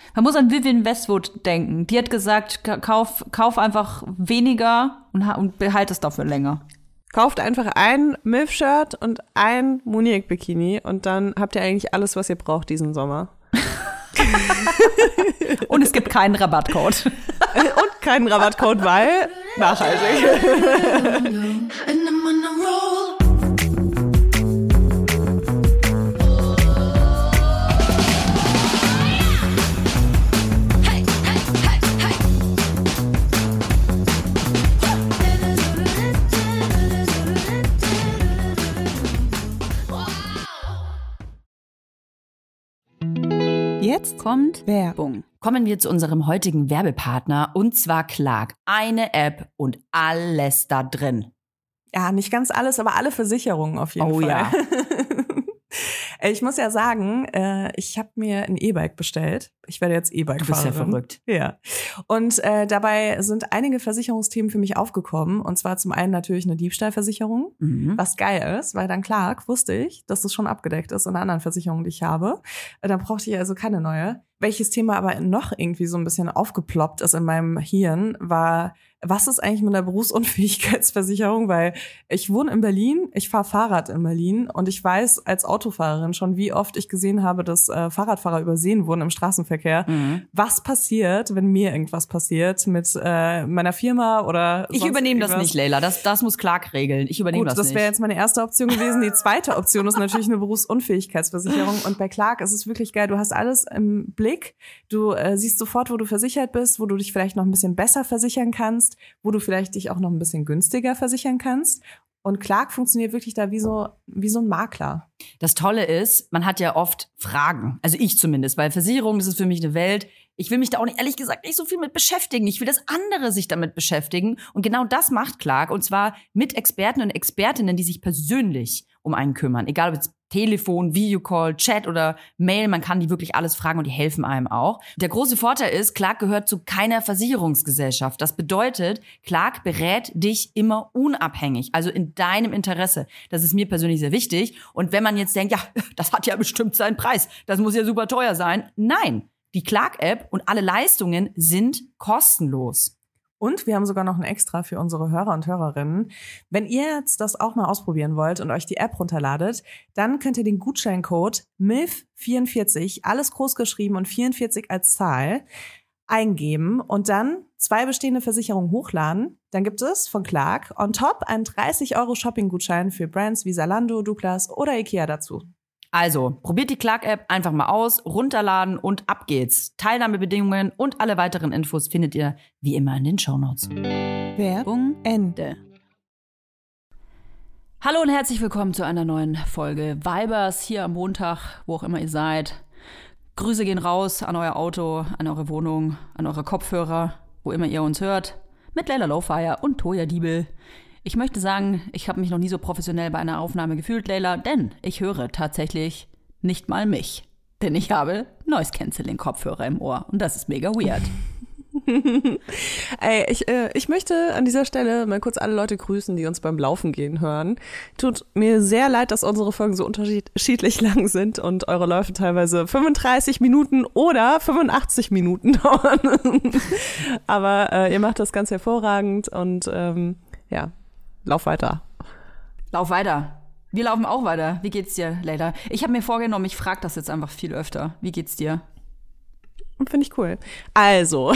Man muss an Vivienne Westwood denken. Die hat gesagt, kauf einfach weniger und behalt es dafür länger. Kauft einfach ein MILF-Shirt und ein Muniek-Bikini und dann habt ihr eigentlich alles, was ihr braucht diesen Sommer. Und es gibt keinen Rabattcode. Und keinen Rabattcode, weil nachhaltig. Jetzt kommt Werbung. Kommen wir zu unserem heutigen Werbepartner und zwar Clark. Eine App und alles da drin. Ja, nicht ganz alles, aber alle Versicherungen auf jeden Fall. Oh ja. Ich muss ja sagen, ich habe mir ein E-Bike bestellt. Ich werde jetzt E-Bike-Fahrerin. Du bist ja verrückt. Ja. Und dabei sind einige Versicherungsthemen für mich aufgekommen. Und zwar zum einen natürlich eine Diebstahlversicherung, was geil ist, weil dann Clark wusste ich, dass das schon abgedeckt ist in einer anderen Versicherung, die ich habe. Dann brauchte ich also keine neue. Welches Thema aber noch irgendwie so ein bisschen aufgeploppt ist in meinem Hirn, war, was ist eigentlich mit der Berufsunfähigkeitsversicherung? Weil ich wohne in Berlin, ich fahre Fahrrad in Berlin und ich weiß als Autofahrerin schon, wie oft ich gesehen habe, dass Fahrradfahrer übersehen wurden im Straßenverkehr. Was passiert, wenn mir irgendwas passiert mit meiner Firma oder Ich übernehme das nicht, Leila. Das muss Clark regeln. Ich übernehme das nicht. Das wäre jetzt meine erste Option gewesen. Die zweite Option ist natürlich eine Berufsunfähigkeitsversicherung. Und bei Clark ist es wirklich geil. Du hast alles im Blick. Du siehst sofort, wo du versichert bist, wo du dich vielleicht noch ein bisschen besser versichern kannst, wo du vielleicht dich auch noch ein bisschen günstiger versichern kannst. Und Clark funktioniert wirklich da wie so ein Makler. Das Tolle ist, man hat ja oft Fragen. Also ich zumindest, weil Versicherung, das ist für mich eine Welt. Ich will mich da auch nicht, ehrlich gesagt, nicht so viel mit beschäftigen. Ich will, dass andere sich damit beschäftigen. Und genau das macht Clark. Und zwar mit Experten und Expertinnen, die sich persönlich um einen kümmern. Egal ob jetzt Telefon, Videocall, Chat oder Mail, man kann die wirklich alles fragen und die helfen einem auch. Der große Vorteil ist, Clark gehört zu keiner Versicherungsgesellschaft. Das bedeutet, Clark berät dich immer unabhängig, also in deinem Interesse. Das ist mir persönlich sehr wichtig. Und wenn man jetzt denkt, ja, das hat ja bestimmt seinen Preis, das muss ja super teuer sein. Nein, die Clark-App und alle Leistungen sind kostenlos. Und wir haben sogar noch ein Extra für unsere Hörer und Hörerinnen. Wenn ihr jetzt das auch mal ausprobieren wollt und euch die App runterladet, dann könnt ihr den Gutscheincode MILF44, alles groß geschrieben und 44 als Zahl, eingeben und dann 2 bestehende Versicherungen hochladen. Dann gibt es von Clark on top einen 30 € Shopping-Gutschein für Brands wie Zalando, Douglas oder Ikea dazu. Also, probiert die Clark-App einfach mal aus, runterladen und ab geht's. Teilnahmebedingungen und alle weiteren Infos findet ihr wie immer in den Shownotes. Werbung Ende. Hallo und herzlich willkommen zu einer neuen Folge Vibers hier am Montag, wo auch immer ihr seid. Grüße gehen raus an euer Auto, an eure Wohnung, an eure Kopfhörer, wo immer ihr uns hört. Mit Leila Lowfire und Toja Diebel. Ich möchte sagen, ich habe mich noch nie so professionell bei einer Aufnahme gefühlt, Leila, denn ich höre tatsächlich nicht mal mich. Denn ich habe Noise-Canceling-Kopfhörer im Ohr und das ist mega weird. Ey, ich möchte an dieser Stelle mal kurz alle Leute grüßen, die uns beim Laufen gehen hören. Tut mir sehr leid, dass unsere Folgen so unterschiedlich lang sind und eure Läufe teilweise 35 Minuten oder 85 Minuten dauern. Aber ihr macht das ganz hervorragend und ja. Lauf weiter. Lauf weiter. Wir laufen auch weiter. Wie geht's dir, Leila? Ich habe mir vorgenommen, ich frage das jetzt einfach viel öfter. Wie geht's dir? Finde ich cool. Also.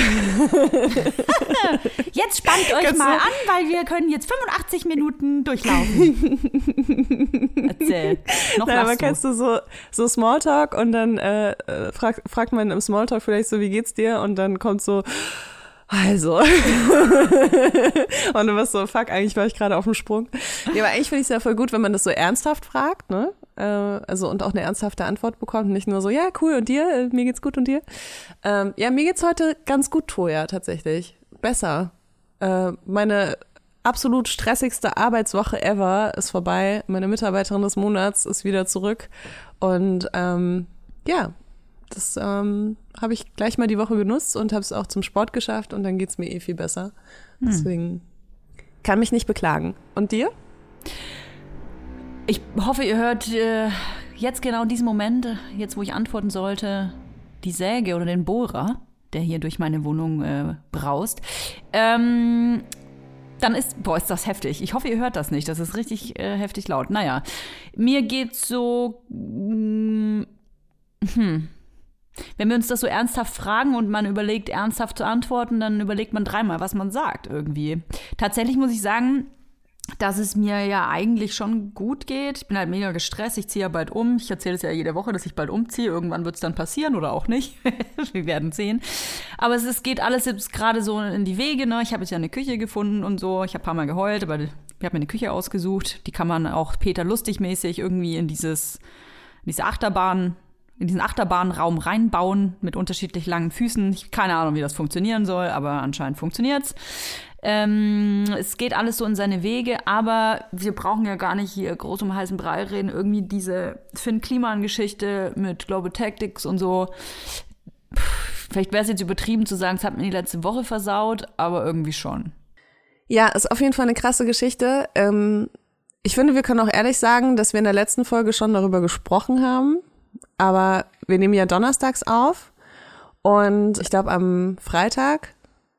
Jetzt spannt euch mal an, weil wir können jetzt 85 Minuten durchlaufen. Erzähl. Noch Na, aber du. kennst du so Smalltalk und dann fragt man im Smalltalk vielleicht so, wie geht's dir? Und dann kommt so, also. Und du bist so, fuck, eigentlich war ich gerade auf dem Sprung. Ja, aber eigentlich finde ich es ja voll gut, wenn man das so ernsthaft fragt, ne? Also und auch eine ernsthafte Antwort bekommt und nicht nur so, ja, cool, und dir? Mir geht's gut und dir? Ja, mir geht's heute ganz gut, Toja, tatsächlich. Besser. Meine absolut stressigste Arbeitswoche ever ist vorbei. Meine Mitarbeiterin des Monats ist wieder zurück. Und ja, das habe ich gleich mal die Woche genutzt und habe es auch zum Sport geschafft und dann geht's mir viel besser. Deswegen kann mich nicht beklagen. Und dir? Ich hoffe, ihr hört jetzt genau in diesem Moment, jetzt wo ich antworten sollte, die Säge oder den Bohrer, der hier durch meine Wohnung braust. Dann ist das heftig. Ich hoffe, ihr hört das nicht. Das ist richtig heftig laut. Naja, mir geht's so, wenn wir uns das so ernsthaft fragen und man überlegt, ernsthaft zu antworten, dann überlegt man dreimal, was man sagt irgendwie. Tatsächlich muss ich sagen, dass es mir ja eigentlich schon gut geht. Ich bin halt mega gestresst, ich ziehe ja bald um. Ich erzähle es ja jede Woche, dass ich bald umziehe. Irgendwann wird es dann passieren oder auch nicht. Wir werden sehen. Aber es geht alles jetzt gerade so in die Wege. Ne? Ich habe jetzt ja eine Küche gefunden und so. Ich habe ein paar Mal geheult, aber ich habe mir eine Küche ausgesucht. Die kann man auch Peter Lustig-mäßig irgendwie in diesen Achterbahnraum reinbauen mit unterschiedlich langen Füßen. Ich habe keine Ahnung, wie das funktionieren soll, aber anscheinend funktioniert's. Es geht alles so in seine Wege, aber wir brauchen ja gar nicht hier groß um heißen Brei reden. Irgendwie diese Finn-Kliman-Geschichte mit Global Tactics und so. Vielleicht wäre es jetzt übertrieben zu sagen, es hat mir die letzte Woche versaut, aber irgendwie schon. Ja, ist auf jeden Fall eine krasse Geschichte. Ich finde, wir können auch ehrlich sagen, dass wir in der letzten Folge schon darüber gesprochen haben. Aber wir nehmen ja donnerstags auf und ich glaube am Freitag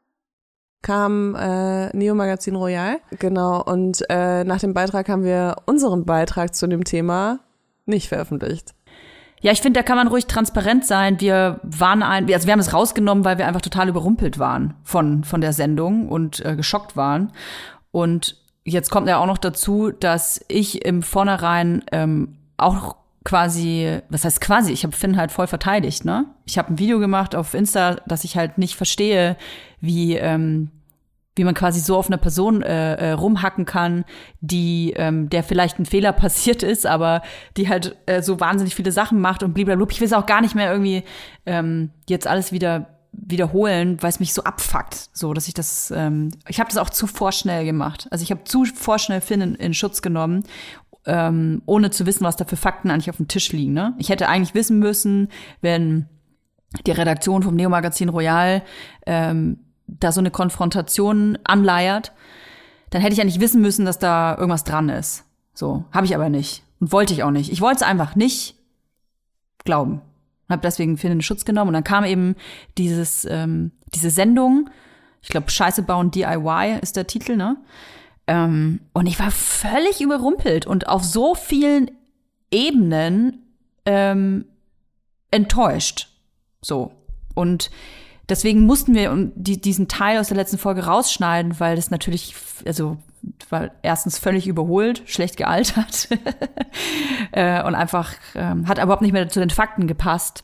kam Neo Magazin Royal. Genau, und nach dem Beitrag haben wir unseren Beitrag zu dem Thema nicht veröffentlicht. Ja, ich finde, da kann man ruhig transparent sein. Wir haben es rausgenommen, weil wir einfach total überrumpelt waren von der Sendung und geschockt waren. Und jetzt kommt ja auch noch dazu, dass ich im Vornherein auch quasi, was heißt quasi, ich habe Finn halt voll verteidigt, ne? Ich habe ein Video gemacht auf Insta, dass ich halt nicht verstehe, wie man quasi so auf einer Person rumhacken kann, der vielleicht ein Fehler passiert ist, aber die halt so wahnsinnig viele Sachen macht und blablabla. Ich will es auch gar nicht mehr irgendwie jetzt alles wiederholen, weil es mich so abfuckt, so dass ich das ich habe das auch zu vorschnell gemacht. Also ich habe zu vorschnell Finn in Schutz genommen, ohne zu wissen, was da für Fakten eigentlich auf dem Tisch liegen. Ne? Ich hätte eigentlich wissen müssen, wenn die Redaktion vom Neo Magazin Royal da so eine Konfrontation anleiert, dann hätte ich ja nicht wissen müssen, dass da irgendwas dran ist. So, habe ich aber nicht. Und wollte ich auch nicht. Ich wollte es einfach nicht glauben. Habe deswegen Finn in Schutz genommen. Und dann kam eben diese Sendung, ich glaube, Scheiße bauen DIY ist der Titel, ne? Und ich war völlig überrumpelt und auf so vielen Ebenen enttäuscht. So. Und deswegen mussten wir diesen Teil aus der letzten Folge rausschneiden, weil das natürlich, also war erstens völlig überholt, schlecht gealtert und einfach hat überhaupt nicht mehr zu den Fakten gepasst.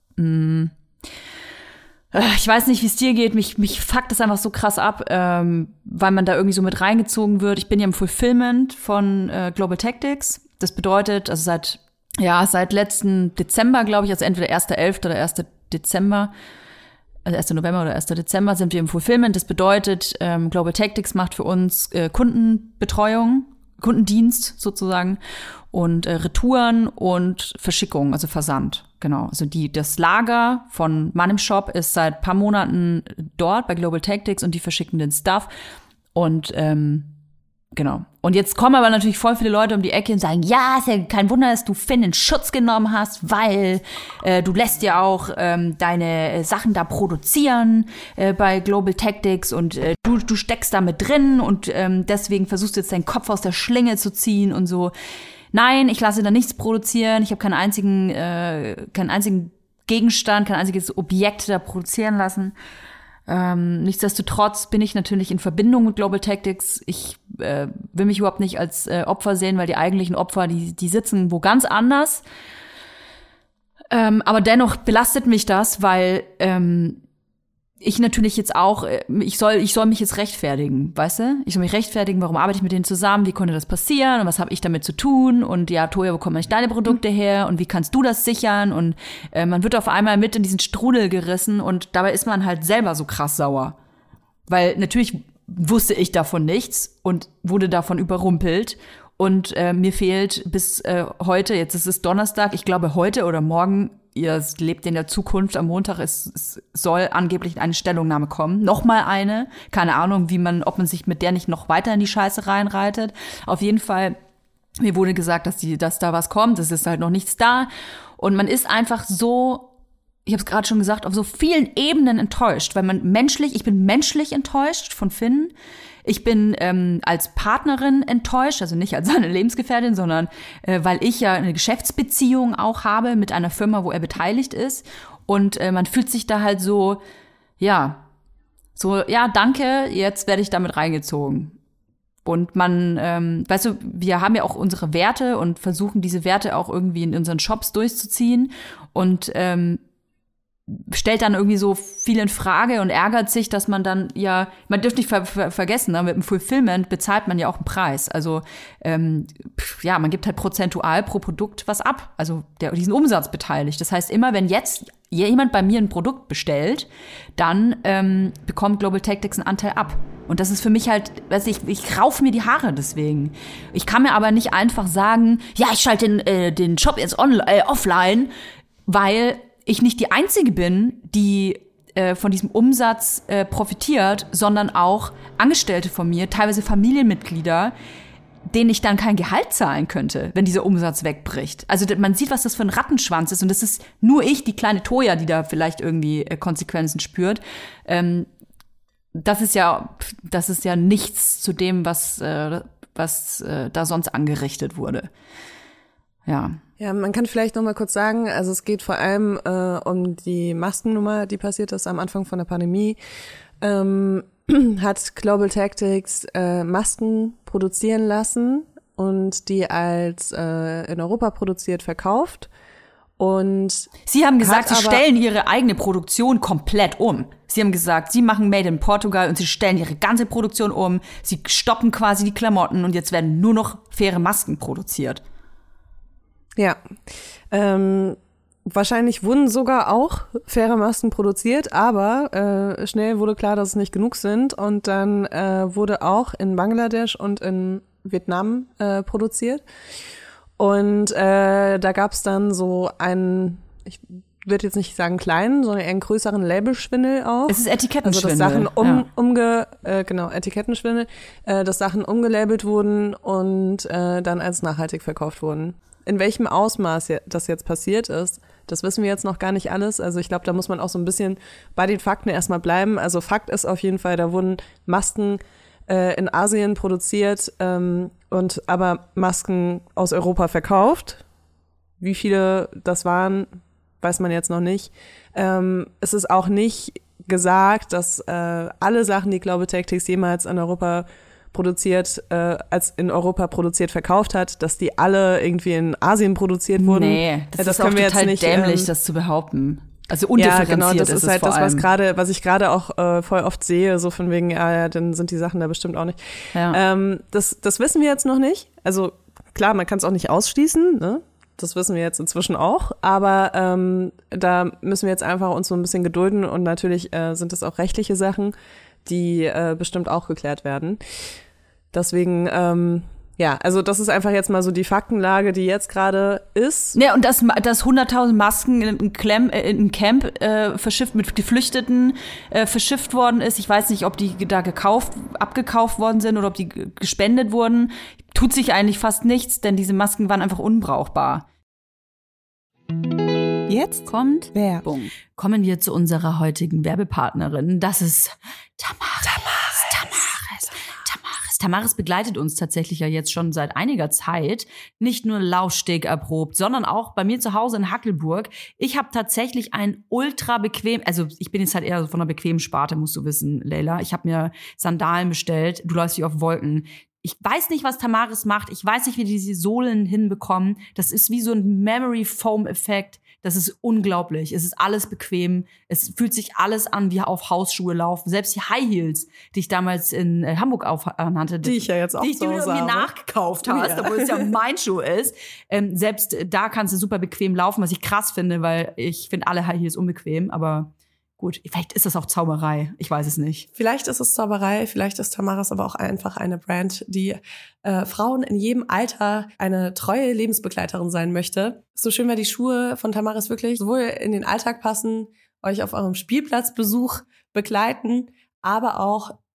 Ich weiß nicht, wie es dir geht. Mich fuckt das einfach so krass ab, weil man da irgendwie so mit reingezogen wird. Ich bin ja im Fulfillment von Global Tactics. Das bedeutet, also seit letzten Dezember, glaube ich, also entweder 1.11. oder 1. Dezember, also 1. November oder 1. Dezember sind wir im Fulfillment. Das bedeutet, Global Tactics macht für uns Kundenbetreuung, Kundendienst sozusagen und Retouren und Verschickung, also Versand. Genau, also das Lager von Mann im Shop ist seit paar Monaten dort bei Global Tactics und die verschicken den Stuff. Und genau. Und jetzt kommen aber natürlich voll viele Leute um die Ecke und sagen, ja, ist ja kein Wunder, dass du Finn in Schutz genommen hast, weil du lässt ja auch deine Sachen da produzieren bei Global Tactics und du steckst da mit drin und deswegen versuchst du jetzt deinen Kopf aus der Schlinge zu ziehen und so. Nein, ich lasse da nichts produzieren. Ich habe keinen einzigen Gegenstand, kein einziges Objekt da produzieren lassen. Nichtsdestotrotz bin ich natürlich in Verbindung mit Global Tactics. Ich will mich überhaupt nicht als Opfer sehen, weil die eigentlichen Opfer, die sitzen wo ganz anders. Aber dennoch belastet mich das, weil ich natürlich jetzt auch, ich soll mich jetzt rechtfertigen, weißt du? Ich soll mich rechtfertigen, warum arbeite ich mit denen zusammen, wie konnte das passieren und was habe ich damit zu tun und ja, Toja, wo kommen eigentlich deine Produkte her und wie kannst du das sichern und man wird auf einmal mit in diesen Strudel gerissen und dabei ist man halt selber so krass sauer. Weil natürlich wusste ich davon nichts und wurde davon überrumpelt und mir fehlt bis heute, jetzt ist es Donnerstag, ich glaube heute oder morgen, ihr lebt in der Zukunft, am Montag es soll angeblich eine Stellungnahme kommen. Nochmal eine. Keine Ahnung, ob man sich mit der nicht noch weiter in die Scheiße reinreitet. Auf jeden Fall, mir wurde gesagt, dass da was kommt. Es ist halt noch nichts da. Und man ist einfach so ich habe es gerade schon gesagt, auf so vielen Ebenen enttäuscht, weil ich bin menschlich enttäuscht von Finn. Ich bin als Partnerin enttäuscht, also nicht als seine Lebensgefährtin, sondern weil ich ja eine Geschäftsbeziehung auch habe mit einer Firma, wo er beteiligt ist. Und man fühlt sich da halt so, ja, danke, jetzt werde ich damit reingezogen. Und man, weißt du, wir haben ja auch unsere Werte und versuchen diese Werte auch irgendwie in unseren Shops durchzuziehen und stellt dann irgendwie so viel in Frage und ärgert sich, dass man dann man dürfte nicht vergessen, ne, mit dem Fulfillment bezahlt man ja auch einen Preis. Also man gibt halt prozentual pro Produkt was ab, also diesen Umsatz beteiligt. Das heißt, immer wenn jetzt jemand bei mir ein Produkt bestellt, dann bekommt Global Tactics einen Anteil ab. Und das ist für mich halt, ich rauf mir die Haare deswegen. Ich kann mir aber nicht einfach sagen, ja, ich schalte den Shop jetzt offline, weil ich nicht die Einzige bin, die von diesem Umsatz profitiert, sondern auch Angestellte von mir, teilweise Familienmitglieder, denen ich dann kein Gehalt zahlen könnte, wenn dieser Umsatz wegbricht. Also man sieht, was das für ein Rattenschwanz ist. Und das ist nur ich, die kleine Toja, die da vielleicht irgendwie Konsequenzen spürt. Das ist ja nichts zu dem, was da sonst angerichtet wurde. Ja. Ja, man kann vielleicht noch mal kurz sagen, also es geht vor allem um die Maskennummer, die passiert ist am Anfang von der Pandemie. Hat Global Tactics Masken produzieren lassen und die als in Europa produziert verkauft. Und Sie haben gesagt, Sie stellen Ihre eigene Produktion komplett um. Sie haben gesagt, Sie machen Made in Portugal und Sie stellen Ihre ganze Produktion um. Sie stoppen quasi die Klamotten und jetzt werden nur noch faire Masken produziert. Ja, wahrscheinlich wurden sogar auch faire Masken produziert, aber schnell wurde klar, dass es nicht genug sind und dann wurde auch in Bangladesch und in Vietnam produziert und da gab es dann so einen, ich würde jetzt nicht sagen kleinen, sondern eher einen größeren Labelschwindel auch. Es ist Etikettenschwindel. Also dass Sachen Etikettenschwindel, dass Sachen umgelabelt wurden und dann als nachhaltig verkauft wurden. In welchem Ausmaß das jetzt passiert ist, das wissen wir jetzt noch gar nicht alles. Also ich glaube, da muss man auch so ein bisschen bei den Fakten erstmal bleiben. Also Fakt ist auf jeden Fall, da wurden Masken in Asien produziert und aber Masken aus Europa verkauft. Wie viele das waren, weiß man jetzt noch nicht. Es ist auch nicht gesagt, dass alle Sachen, die Global Tactics jemals in Europa verkauft hat, dass die alle irgendwie in Asien produziert wurden. Nee, das ist auch total nicht dämlich, das zu behaupten. Also undifferenziert ja, genau, das ist halt das, was ich gerade auch voll oft sehe, so von wegen, dann sind die Sachen da bestimmt auch nicht. Ja. Das wissen wir jetzt noch nicht. Also klar, man kann es auch nicht ausschließen, ne? Das wissen wir jetzt inzwischen auch, aber da müssen wir jetzt einfach uns so ein bisschen gedulden und natürlich sind das auch rechtliche Sachen, die bestimmt auch geklärt werden. Deswegen, also das ist einfach jetzt mal so die Faktenlage, die jetzt gerade ist. Ja, und dass 100.000 Masken in Camp verschifft mit Geflüchteten verschifft worden ist. Ich weiß nicht, ob die da abgekauft worden sind oder ob die gespendet wurden. Tut sich eigentlich fast nichts, denn diese Masken waren einfach unbrauchbar. Jetzt kommt Werbung. Kommen wir zu unserer heutigen Werbepartnerin. Das ist Tamaris. Tamaris begleitet uns tatsächlich ja jetzt schon seit einiger Zeit. Nicht nur Laufsteg erprobt, sondern auch bei mir zu Hause in Hackelburg. Ich habe tatsächlich ein ultra bequem, also ich bin jetzt halt eher von einer bequemen Sparte, musst du wissen, Leila. Ich habe mir Sandalen bestellt. Du läufst wie auf Wolken. Ich weiß nicht, was Tamaris macht. Ich weiß nicht, wie die diese Sohlen hinbekommen. Das ist wie so ein Memory-Foam-Effekt. Das ist unglaublich. Es ist alles bequem. Es fühlt sich alles an wie auf Hausschuhe laufen. Selbst die High Heels, die ich damals in Hamburg anhatte. Die ich ja jetzt auch die du mir nachgekauft hast, obwohl es ja mein Schuh ist. Selbst da kannst du super bequem laufen, was ich krass finde, weil ich finde alle High Heels unbequem. Aber gut, vielleicht ist das auch Zauberei. Ich weiß es nicht. Vielleicht ist es Zauberei, vielleicht ist Tamaris aber auch einfach eine Brand, die Frauen in jedem Alter eine treue Lebensbegleiterin sein möchte. So schön, weil die Schuhe von Tamaris wirklich sowohl in den Alltag passen, euch auf eurem Spielplatzbesuch begleiten, aber auch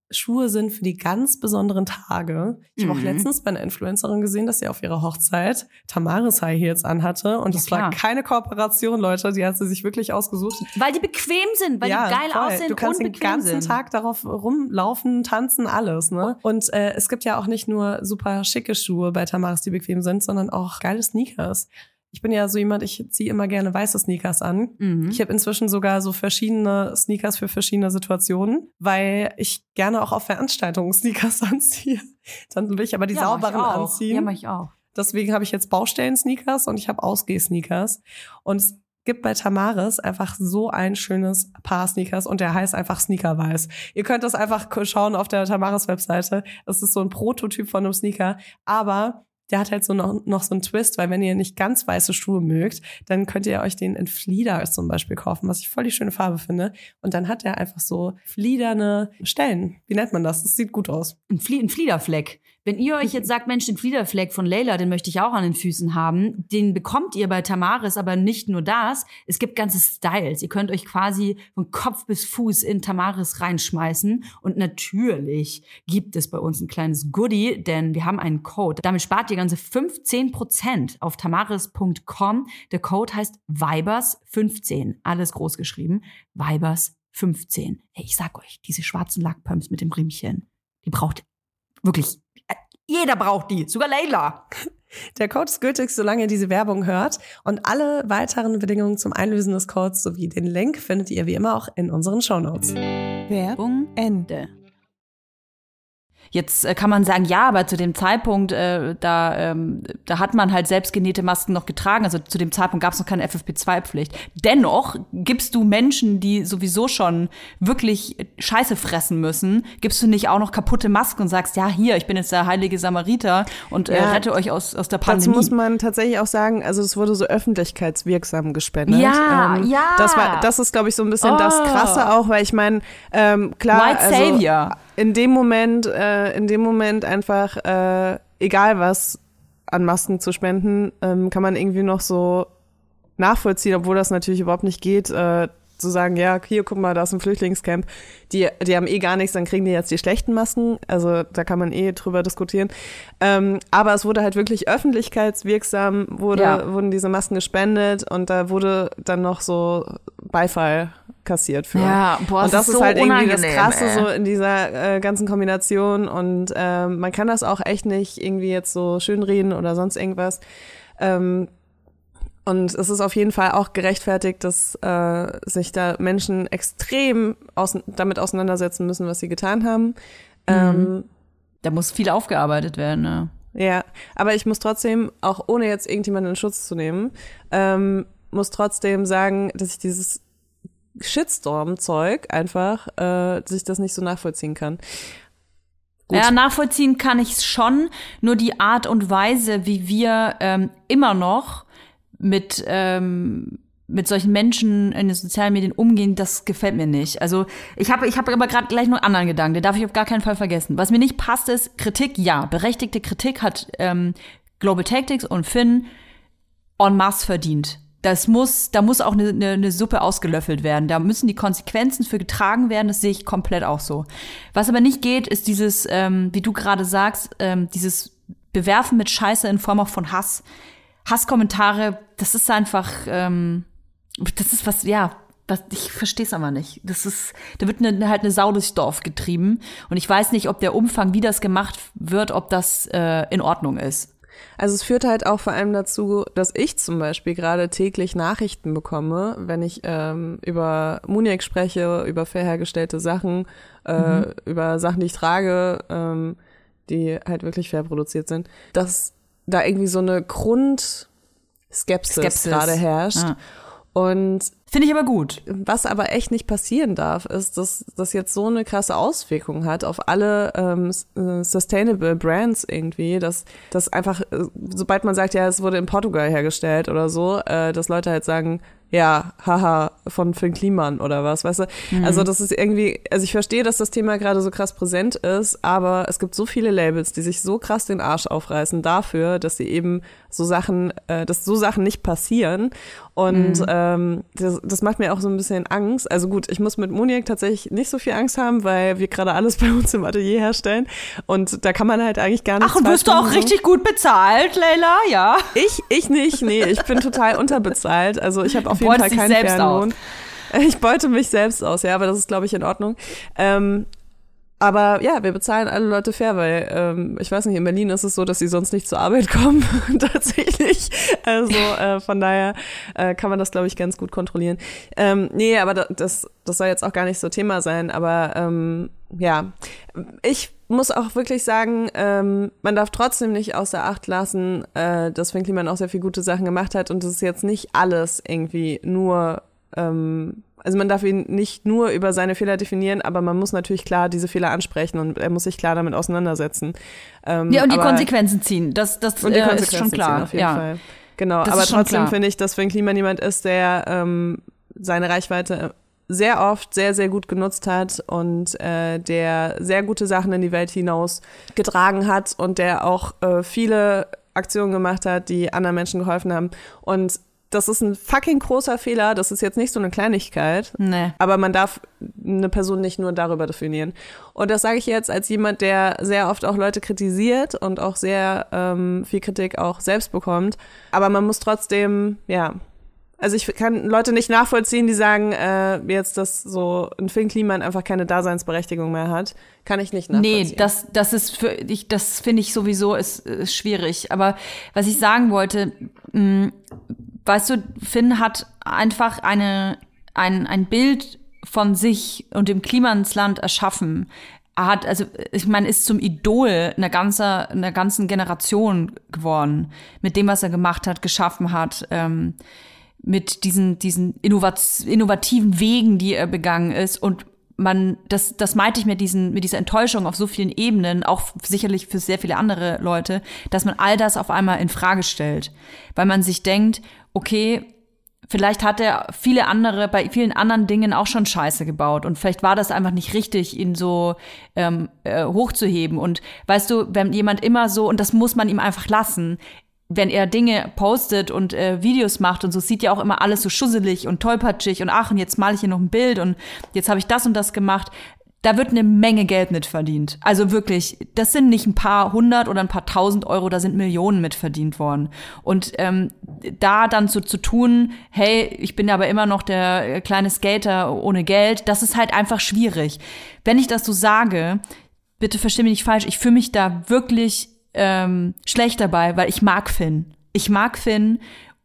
Schuhe sind für die ganz besonderen Tage. Ich habe auch letztens bei einer Influencerin gesehen, dass sie auf ihrer Hochzeit Tamaris High Heels anhatte. Und das war keine Kooperation, Leute. Die hat sie sich wirklich ausgesucht. Weil die bequem sind, weil die geil aussehen. Du kannst den ganzen Tag darauf rumlaufen, tanzen, alles. Ne? Und es gibt ja auch nicht nur super schicke Schuhe bei Tamaris, die bequem sind, sondern auch geile Sneakers. Ich bin ja so jemand, ich ziehe immer gerne weiße Sneakers an. Ich habe inzwischen sogar so verschiedene Sneakers für verschiedene Situationen, weil ich gerne auch auf Veranstaltungen Sneakers anziehe. Dann will ich aber die sauberen anziehen. Ja, mach ich auch. Deswegen habe ich jetzt Baustellen-Sneakers und ich habe Ausgeh-Sneakers. Und es gibt bei Tamaris einfach so ein schönes Paar Sneakers und der heißt einfach Sneakerweiß. Ihr könnt das einfach schauen auf der Tamaris-Webseite. Es ist so ein Prototyp von einem Sneaker, aber der hat halt so noch so einen Twist, weil wenn ihr nicht ganz weiße Schuhe mögt, dann könnt ihr euch den in Flieder zum Beispiel kaufen, was ich voll die schöne Farbe finde. Und dann hat der einfach so fliederne Stellen. Wie nennt man das? Das sieht gut aus. Ein Fliederfleck. Wenn ihr euch jetzt sagt, Mensch, den Fliederfleck von Layla, den möchte ich auch an den Füßen haben, den bekommt ihr bei Tamaris, aber nicht nur das. Es gibt ganze Styles. Ihr könnt euch quasi von Kopf bis Fuß in Tamaris reinschmeißen. Und natürlich gibt es bei uns ein kleines Goodie, denn wir haben einen Code. Damit spart ihr ganze 15% auf tamaris.com. Der Code heißt Vibers15. Alles groß geschrieben. Vibers15. Hey, ich sag euch, diese schwarzen Lackpumps mit dem Riemchen, die braucht wirklich, jeder braucht die, sogar Layla. Der Code ist gültig, solange ihr diese Werbung hört. Und alle weiteren Bedingungen zum Einlösen des Codes sowie den Link findet ihr wie immer auch in unseren Shownotes. Werbung Ende. Jetzt kann man sagen, ja, aber zu dem Zeitpunkt, da hat man halt selbstgenähte Masken noch getragen. Also zu dem Zeitpunkt gab es noch keine FFP2-Pflicht. Dennoch gibst du Menschen, die sowieso schon wirklich Scheiße fressen müssen, gibst du nicht auch noch kaputte Masken und sagst, ja, hier, ich bin jetzt der heilige Samariter und rette euch aus der Pandemie. Dazu muss man tatsächlich auch sagen, also es wurde so öffentlichkeitswirksam gespendet. Ja. Das ist, glaube ich, so ein bisschen das Krasse auch, weil ich meine, klar, White Savior. In dem Moment einfach, egal was an Masken zu spenden, kann man irgendwie noch so nachvollziehen, obwohl das natürlich überhaupt nicht geht, zu sagen, ja, hier, guck mal, da ist ein Flüchtlingscamp, die haben gar nichts, dann kriegen die jetzt die schlechten Masken, also da kann man drüber diskutieren. Aber es wurde halt wirklich öffentlichkeitswirksam, wurden diese Masken gespendet und da wurde dann noch so Beifall kassiert für. Ja, boah, und das ist so halt irgendwie das Krasse ey. so in dieser ganzen Kombination und man kann das auch echt nicht irgendwie jetzt so schönreden oder sonst irgendwas. Und es ist auf jeden Fall auch gerechtfertigt, dass sich da Menschen extrem damit auseinandersetzen müssen, was sie getan haben. Da muss viel aufgearbeitet werden, ne? Ja, aber ich muss trotzdem, auch ohne jetzt irgendjemanden in Schutz zu nehmen, muss trotzdem sagen, dass ich dieses Shitstorm-Zeug einfach, dass ich das nicht so nachvollziehen kann. Gut. Ja, nachvollziehen kann ich es schon, nur die Art und Weise, wie wir immer noch mit solchen Menschen in den sozialen Medien umgehen, das gefällt mir nicht. Also ich habe aber gerade gleich noch einen anderen Gedanken, den darf ich auf gar keinen Fall vergessen. Was mir nicht passt, ist Kritik, ja. Berechtigte Kritik hat Global Tactics und Finn en masse verdient. Da muss auch eine Suppe ausgelöffelt werden. Da müssen die Konsequenzen für getragen werden. Das sehe ich komplett auch so. Was aber nicht geht, ist dieses, wie du gerade sagst, dieses Bewerfen mit Scheiße in Form auch von Hass. Hasskommentare, das ist einfach, das ist was, ich verstehe es aber nicht. Da wird halt eine Sau durchs Dorf getrieben. Und ich weiß nicht, ob der Umfang, wie das gemacht wird, ob das in Ordnung ist. Also es führt halt auch vor allem dazu, dass ich zum Beispiel gerade täglich Nachrichten bekomme, wenn ich über Muniek spreche, über fair hergestellte Sachen, über Sachen, die ich trage, die halt wirklich fair produziert sind, dass da irgendwie so eine Grundskepsis gerade herrscht. Ja. Und finde ich aber gut. Was aber echt nicht passieren darf, ist, dass das jetzt so eine krasse Auswirkung hat auf alle sustainable Brands irgendwie, dass einfach, sobald man sagt, ja, es wurde in Portugal hergestellt oder so, dass Leute halt sagen, ja, haha, von Finn Kliman oder was, weißt du? Also das ist irgendwie, also ich verstehe, dass das Thema gerade so krass präsent ist, aber es gibt so viele Labels, die sich so krass den Arsch aufreißen dafür, dass sie eben so Sachen, dass so Sachen nicht passieren. Und das macht mir auch so ein bisschen Angst. Also gut, ich muss mit Monique tatsächlich nicht so viel Angst haben, weil wir gerade alles bei uns im Atelier herstellen. Und da kann man halt eigentlich gar nichts. Ach, und wirst du auch richtig gut bezahlt, Leila? Ja. Ich nicht, nee, ich bin total unterbezahlt. Also ich habe auf jeden Fall keinen Fernlohn. Ich beute mich selbst aus, ja, aber das ist, glaube ich, in Ordnung. Aber ja, wir bezahlen alle Leute fair, weil ich weiß nicht, in Berlin ist es so, dass sie sonst nicht zur Arbeit kommen, tatsächlich. Also von daher kann man das, glaube ich, ganz gut kontrollieren. Nee, aber das soll jetzt auch gar nicht so Thema sein, aber ja, ich muss auch wirklich sagen, man darf trotzdem nicht außer Acht lassen, dass Finn Kliman auch sehr viele gute Sachen gemacht hat und das ist jetzt nicht alles irgendwie nur also man darf ihn nicht nur über seine Fehler definieren, aber man muss natürlich klar diese Fehler ansprechen und er muss sich klar damit auseinandersetzen. Ja, und die Konsequenzen ziehen. Das ist schon klar. Auf jeden Fall. Genau, aber trotzdem finde ich, dass Finn Kliman jemand ist, der seine Reichweite sehr oft sehr, sehr gut genutzt hat und der sehr gute Sachen in die Welt hinaus getragen hat und der auch viele Aktionen gemacht hat, die anderen Menschen geholfen haben. Und das ist ein fucking großer Fehler. Das ist jetzt nicht so eine Kleinigkeit. Nee. Aber man darf eine Person nicht nur darüber definieren. Und das sage ich jetzt als jemand, der sehr oft auch Leute kritisiert und auch sehr viel Kritik auch selbst bekommt. Aber man muss trotzdem, ja, also ich kann Leute nicht nachvollziehen, die sagen, jetzt, dass so ein Finn Kliman einfach keine Daseinsberechtigung mehr hat. Kann ich nicht nachvollziehen. Nee, das finde ich sowieso ist schwierig. Aber was ich sagen wollte, weißt du, Finn hat einfach ein Bild von sich und dem Klimansland erschaffen. Er hat, also ich meine, ist zum Idol einer ganzen Generation geworden, mit dem, was er gemacht hat, geschaffen hat, mit diesen innovativen Wegen, die er begangen ist. Und das meinte ich mit dieser Enttäuschung auf so vielen Ebenen, auch sicherlich für sehr viele andere Leute, dass man all das auf einmal in Frage stellt. Weil man sich denkt, okay, vielleicht hat er bei vielen anderen Dingen auch schon Scheiße gebaut und vielleicht war das einfach nicht richtig, ihn so hochzuheben. Und weißt du, wenn jemand immer so, und das muss man ihm einfach lassen, wenn er Dinge postet und Videos macht und so, sieht ja auch immer alles so schusselig und tollpatschig und ach, und jetzt male ich hier noch ein Bild und jetzt habe ich das und das gemacht. Da wird eine Menge Geld mit verdient. Also wirklich, das sind nicht ein paar hundert oder ein paar tausend Euro, da sind Millionen mit verdient worden. Und da dann zu tun, hey, ich bin aber immer noch der kleine Skater ohne Geld, das ist halt einfach schwierig. Wenn ich das so sage, bitte versteh mich nicht falsch, ich fühle mich da wirklich schlecht dabei, weil ich mag Finn. Ich mag Finn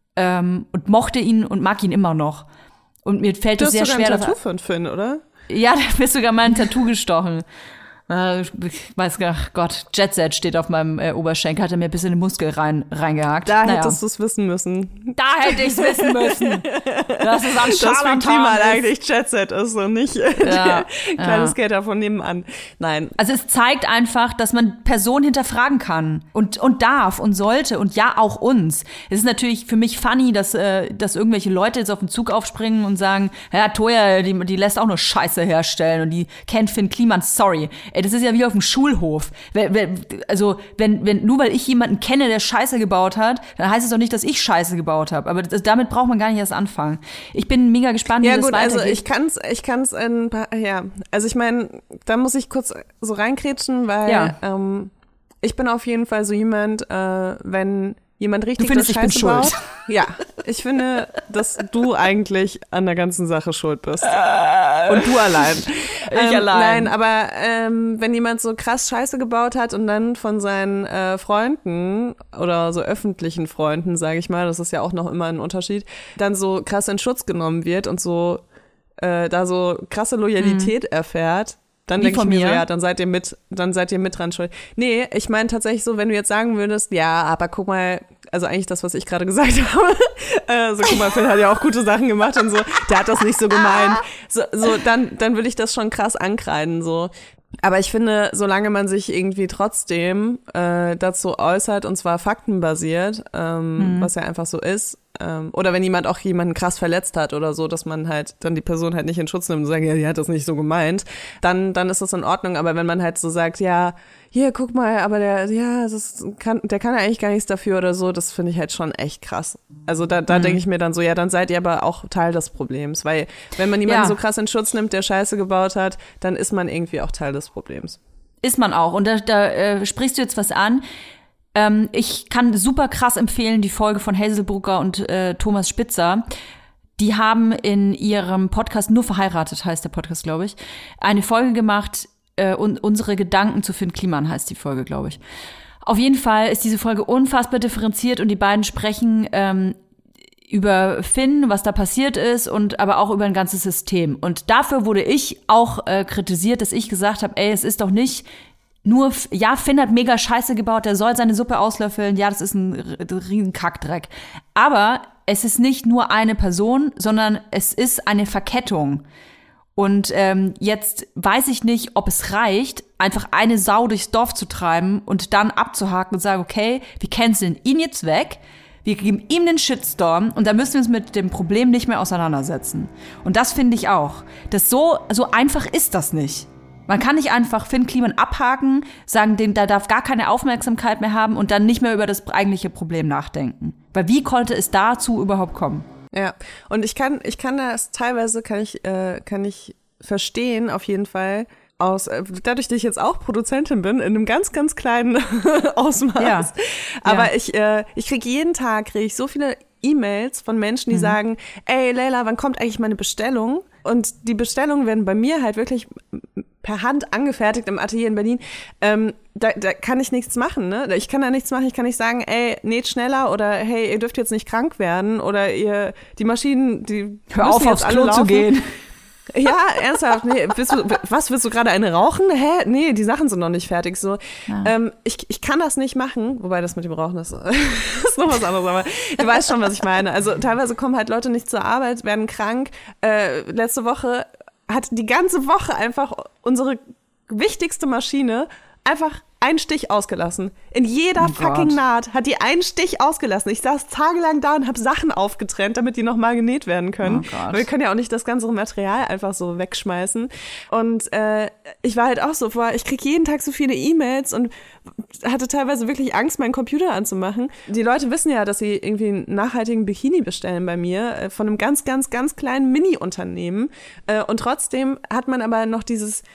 und mochte ihn und mag ihn immer noch. Und mir fällt es sehr schwer. Du hast sogar ein Tattoo von Finn, oder? Ja, da ist sogar mal ein Tattoo gestochen. Ich weiß gar nicht, Gott, Jet Set steht auf meinem Oberschenkel, hat er mir ein bisschen in den Muskel reingehakt. Da hättest du es wissen müssen. Da hätte ich es wissen müssen. Das ist ein Scharlatan. Dass Klima eigentlich Jet Set ist und nicht der kleine Skater von nebenan. Nein. Also es zeigt einfach, dass man Personen hinterfragen kann und darf und sollte und ja auch uns. Es ist natürlich für mich funny, dass irgendwelche Leute jetzt auf den Zug aufspringen und sagen, ja, Toya, die lässt auch nur Scheiße herstellen und die kennt Finn Kliman, sorry. Das ist ja wie auf dem Schulhof. Also, nur weil ich jemanden kenne, der Scheiße gebaut hat, dann heißt es doch nicht, dass ich Scheiße gebaut habe. Aber damit braucht man gar nicht erst anfangen. Ich bin mega gespannt, wie das weitergeht. Ja gut, also ich kann's also ich meine, da muss ich kurz so reinkrätschen, weil ich bin auf jeden Fall so jemand, wenn jemand richtig Scheiße baut. Ja, ich finde, dass du eigentlich an der ganzen Sache schuld bist. Und du allein. Ich allein. Nein, aber wenn jemand so krass Scheiße gebaut hat und dann von seinen Freunden oder so öffentlichen Freunden, sage ich mal, das ist ja auch noch immer ein Unterschied, dann so krass in Schutz genommen wird und so da so krasse Loyalität erfährt, dann denke ich mir so, ja, dann seid ihr mit dran schuld. Nee, ich meine tatsächlich so, wenn du jetzt sagen würdest, ja, aber guck mal, also eigentlich das, was ich gerade gesagt habe, so guck mal, Phil hat ja auch gute Sachen gemacht und so, der hat das nicht so gemeint. So dann würde ich das schon krass ankreiden, so. Aber ich finde, solange man sich irgendwie trotzdem dazu äußert, und zwar faktenbasiert, was ja einfach so ist, oder wenn jemand auch jemanden krass verletzt hat oder so, dass man halt dann die Person halt nicht in Schutz nimmt und sagt, ja, die hat das nicht so gemeint, dann ist das in Ordnung. Aber wenn man halt so sagt, ja, hier, guck mal, aber der kann ja eigentlich gar nichts dafür oder so, das finde ich halt schon echt krass. Also da denke ich mir dann so, ja, dann seid ihr aber auch Teil des Problems, weil wenn man jemanden so krass in Schutz nimmt, der Scheiße gebaut hat, dann ist man irgendwie auch Teil des Problems. Ist man auch. Und da sprichst du jetzt was an. Ich kann super krass empfehlen, die Folge von Hazel Brugger und Thomas Spitzer. Die haben in ihrem Podcast, Nur verheiratet heißt der Podcast, glaube ich, eine Folge gemacht, und unsere Gedanken zu Finn Kliman heißt die Folge, glaube ich. Auf jeden Fall ist diese Folge unfassbar differenziert und die beiden sprechen über Finn, was da passiert ist und aber auch über ein ganzes System. Und dafür wurde ich auch kritisiert, dass ich gesagt habe, ey, es ist doch nicht nur, ja, Finn hat mega Scheiße gebaut, der soll seine Suppe auslöffeln, ja, das ist ein riesen Kackdreck. Aber es ist nicht nur eine Person, sondern es ist eine Verkettung. Und jetzt weiß ich nicht, ob es reicht, einfach eine Sau durchs Dorf zu treiben und dann abzuhaken und sagen, okay, wir canceln ihn jetzt weg, wir geben ihm den Shitstorm und dann müssen wir uns mit dem Problem nicht mehr auseinandersetzen. Und das finde ich auch. Das so einfach ist das nicht. Man kann nicht einfach Finn Kliman abhaken, sagen, der darf gar keine Aufmerksamkeit mehr haben und dann nicht mehr über das eigentliche Problem nachdenken. Weil wie konnte es dazu überhaupt kommen? Ja, und ich kann das teilweise kann ich verstehen, auf jeden Fall, dadurch, dass ich jetzt auch Produzentin bin, in einem ganz, ganz kleinen Ausmaß. Ja. Aber ich kriege jeden Tag so viele E-Mails von Menschen, die sagen, ey Leila, wann kommt eigentlich meine Bestellung? Und die Bestellungen werden bei mir halt wirklich per Hand angefertigt im Atelier in Berlin. Da kann ich nichts machen, ne? Ich kann da nichts machen. Ich kann nicht sagen, ey, näht schneller oder hey, ihr dürft jetzt nicht krank werden oder die Maschinen, die hör auf, aufs Klo zu gehen. Ja, ernsthaft, nee, willst du gerade eine rauchen? Hä? Nee, die Sachen sind noch nicht fertig. So, ja. Ich kann das nicht machen, wobei das mit dem Rauchen ist noch was anderes, aber du weißt schon, was ich meine. Also teilweise kommen halt Leute nicht zur Arbeit, werden krank. Letzte Woche hat die ganze Woche einfach unsere wichtigste Maschine einfach einen Stich ausgelassen. In jeder fucking Naht hat die einen Stich ausgelassen. Ich saß tagelang da und habe Sachen aufgetrennt, damit die nochmal genäht werden können. Weil wir können ja auch nicht das ganze Material einfach so wegschmeißen. Und ich war halt auch so, ich kriege jeden Tag so viele E-Mails und hatte teilweise wirklich Angst, meinen Computer anzumachen. Die Leute wissen ja, dass sie irgendwie einen nachhaltigen Bikini bestellen bei mir, von einem ganz, ganz, ganz kleinen Mini-Unternehmen. Und trotzdem hat man aber noch dieses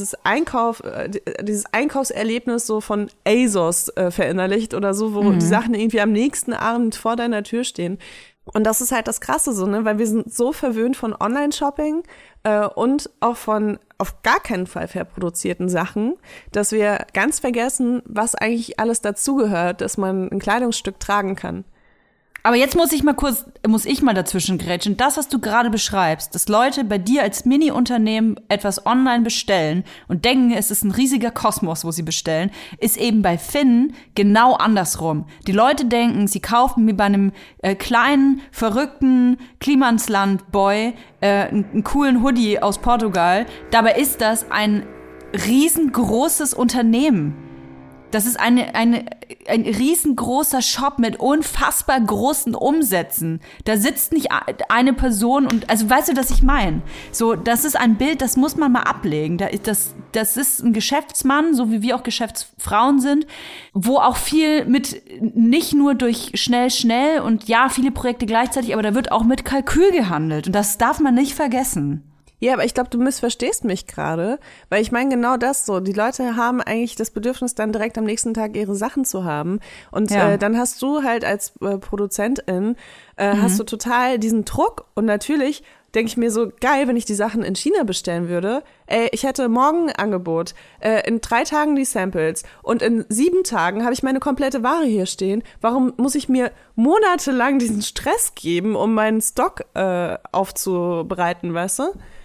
Einkaufserlebnis so von ASOS verinnerlicht oder so, wo die Sachen irgendwie am nächsten Abend vor deiner Tür stehen. Und das ist halt das Krasse so, ne, weil wir sind so verwöhnt von Online-Shopping und auch von auf gar keinen Fall verproduzierten Sachen, dass wir ganz vergessen, was eigentlich alles dazugehört, dass man ein Kleidungsstück tragen kann. Aber jetzt muss ich mal dazwischen grätschen. Das, was du gerade beschreibst, dass Leute bei dir als Mini-Unternehmen etwas online bestellen und denken, es ist ein riesiger Kosmos, wo sie bestellen, ist eben bei Finn genau andersrum. Die Leute denken, sie kaufen wie bei einem kleinen, verrückten Klimansland-Boy einen coolen Hoodie aus Portugal. Dabei ist das ein riesengroßes Unternehmen. Das ist ein riesengroßer Shop mit unfassbar großen Umsätzen. Da sitzt nicht eine Person und, also weißt du, was ich meine? So, das ist ein Bild, das muss man mal ablegen. Das ist ein Geschäftsmann, so wie wir auch Geschäftsfrauen sind, wo auch viel mit, nicht nur durch schnell und ja, viele Projekte gleichzeitig, aber da wird auch mit Kalkül gehandelt und das darf man nicht vergessen. Ja, aber ich glaube, du missverstehst mich gerade, weil ich meine genau das so. Die Leute haben eigentlich das Bedürfnis, dann direkt am nächsten Tag ihre Sachen zu haben. Und dann hast du halt als Produzentin, hast du total diesen Druck. Und natürlich denke ich mir so, geil, wenn ich die Sachen in China bestellen würde. Ich hätte morgen ein Angebot, in 3 Tagen die Samples und in 7 Tagen habe ich meine komplette Ware hier stehen. Warum muss ich mir monatelang diesen Stress geben, um meinen Stock aufzubereiten, weißt du?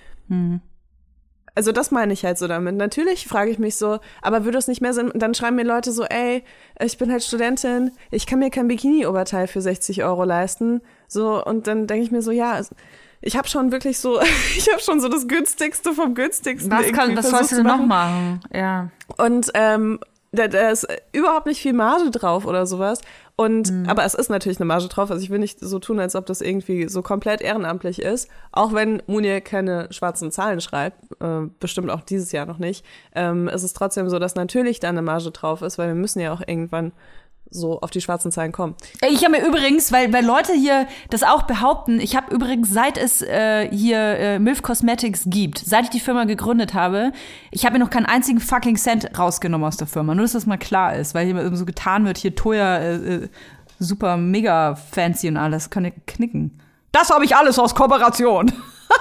Also das meine ich halt so damit. Natürlich frage ich mich so, aber würde es nicht mehr Sinn, dann schreiben mir Leute so, ey, ich bin halt Studentin, ich kann mir kein Bikini-Oberteil für 60 € leisten. So, und dann denke ich mir so, ja, ich habe schon wirklich so, so das Günstigste vom Günstigsten. Was sollst du noch machen? Ja. Und da ist überhaupt nicht viel Marge drauf oder sowas. Aber es ist natürlich eine Marge drauf. Also ich will nicht so tun, als ob das irgendwie so komplett ehrenamtlich ist. Auch wenn Munir keine schwarzen Zahlen schreibt, bestimmt auch dieses Jahr noch nicht, ist es trotzdem so, dass natürlich da eine Marge drauf ist, weil wir müssen ja auch irgendwann so auf die schwarzen Zahlen kommen. Ich habe mir übrigens, weil Leute hier das auch behaupten, ich habe übrigens, seit es hier Milf Cosmetics gibt, seit ich die Firma gegründet habe, ich habe mir noch keinen einzigen fucking Cent rausgenommen aus der Firma. Nur, dass das mal klar ist, weil hier so getan wird, hier teuer, super mega fancy und alles, kann ich knicken. Das habe ich alles aus Kooperation.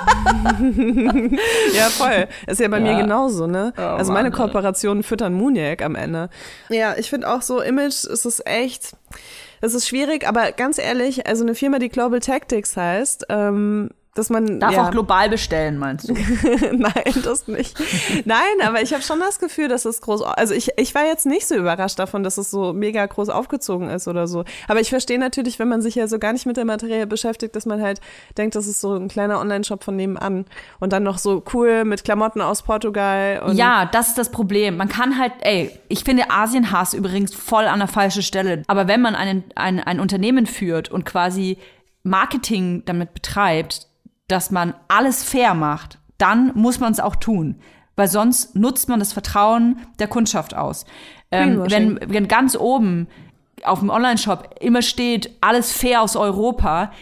Ja, voll. Ist ja bei mir genauso, ne? Oh, also meine Kooperationen füttern Munir am Ende. Ja, ich finde auch so, Image ist es echt, es ist schwierig, aber ganz ehrlich, also eine Firma, die Global Tactics heißt, dass man darf auch global bestellen, meinst du? Nein, das nicht. Nein, aber ich habe schon das Gefühl, dass es groß, also ich war jetzt nicht so überrascht davon, dass es so mega groß aufgezogen ist oder so. Aber ich verstehe natürlich, wenn man sich ja so gar nicht mit der Materie beschäftigt, dass man halt denkt, das ist so ein kleiner Online-Shop von nebenan und dann noch so cool mit Klamotten aus Portugal. Und ja, das ist das Problem. Man kann halt, ich finde Asienhass übrigens voll an der falschen Stelle. Aber wenn man ein Unternehmen führt und quasi Marketing damit betreibt, dass man alles fair macht, dann muss man es auch tun. Weil sonst nutzt man das Vertrauen der Kundschaft aus. Wenn ganz oben auf dem Online-Shop immer steht, alles fair aus Europa,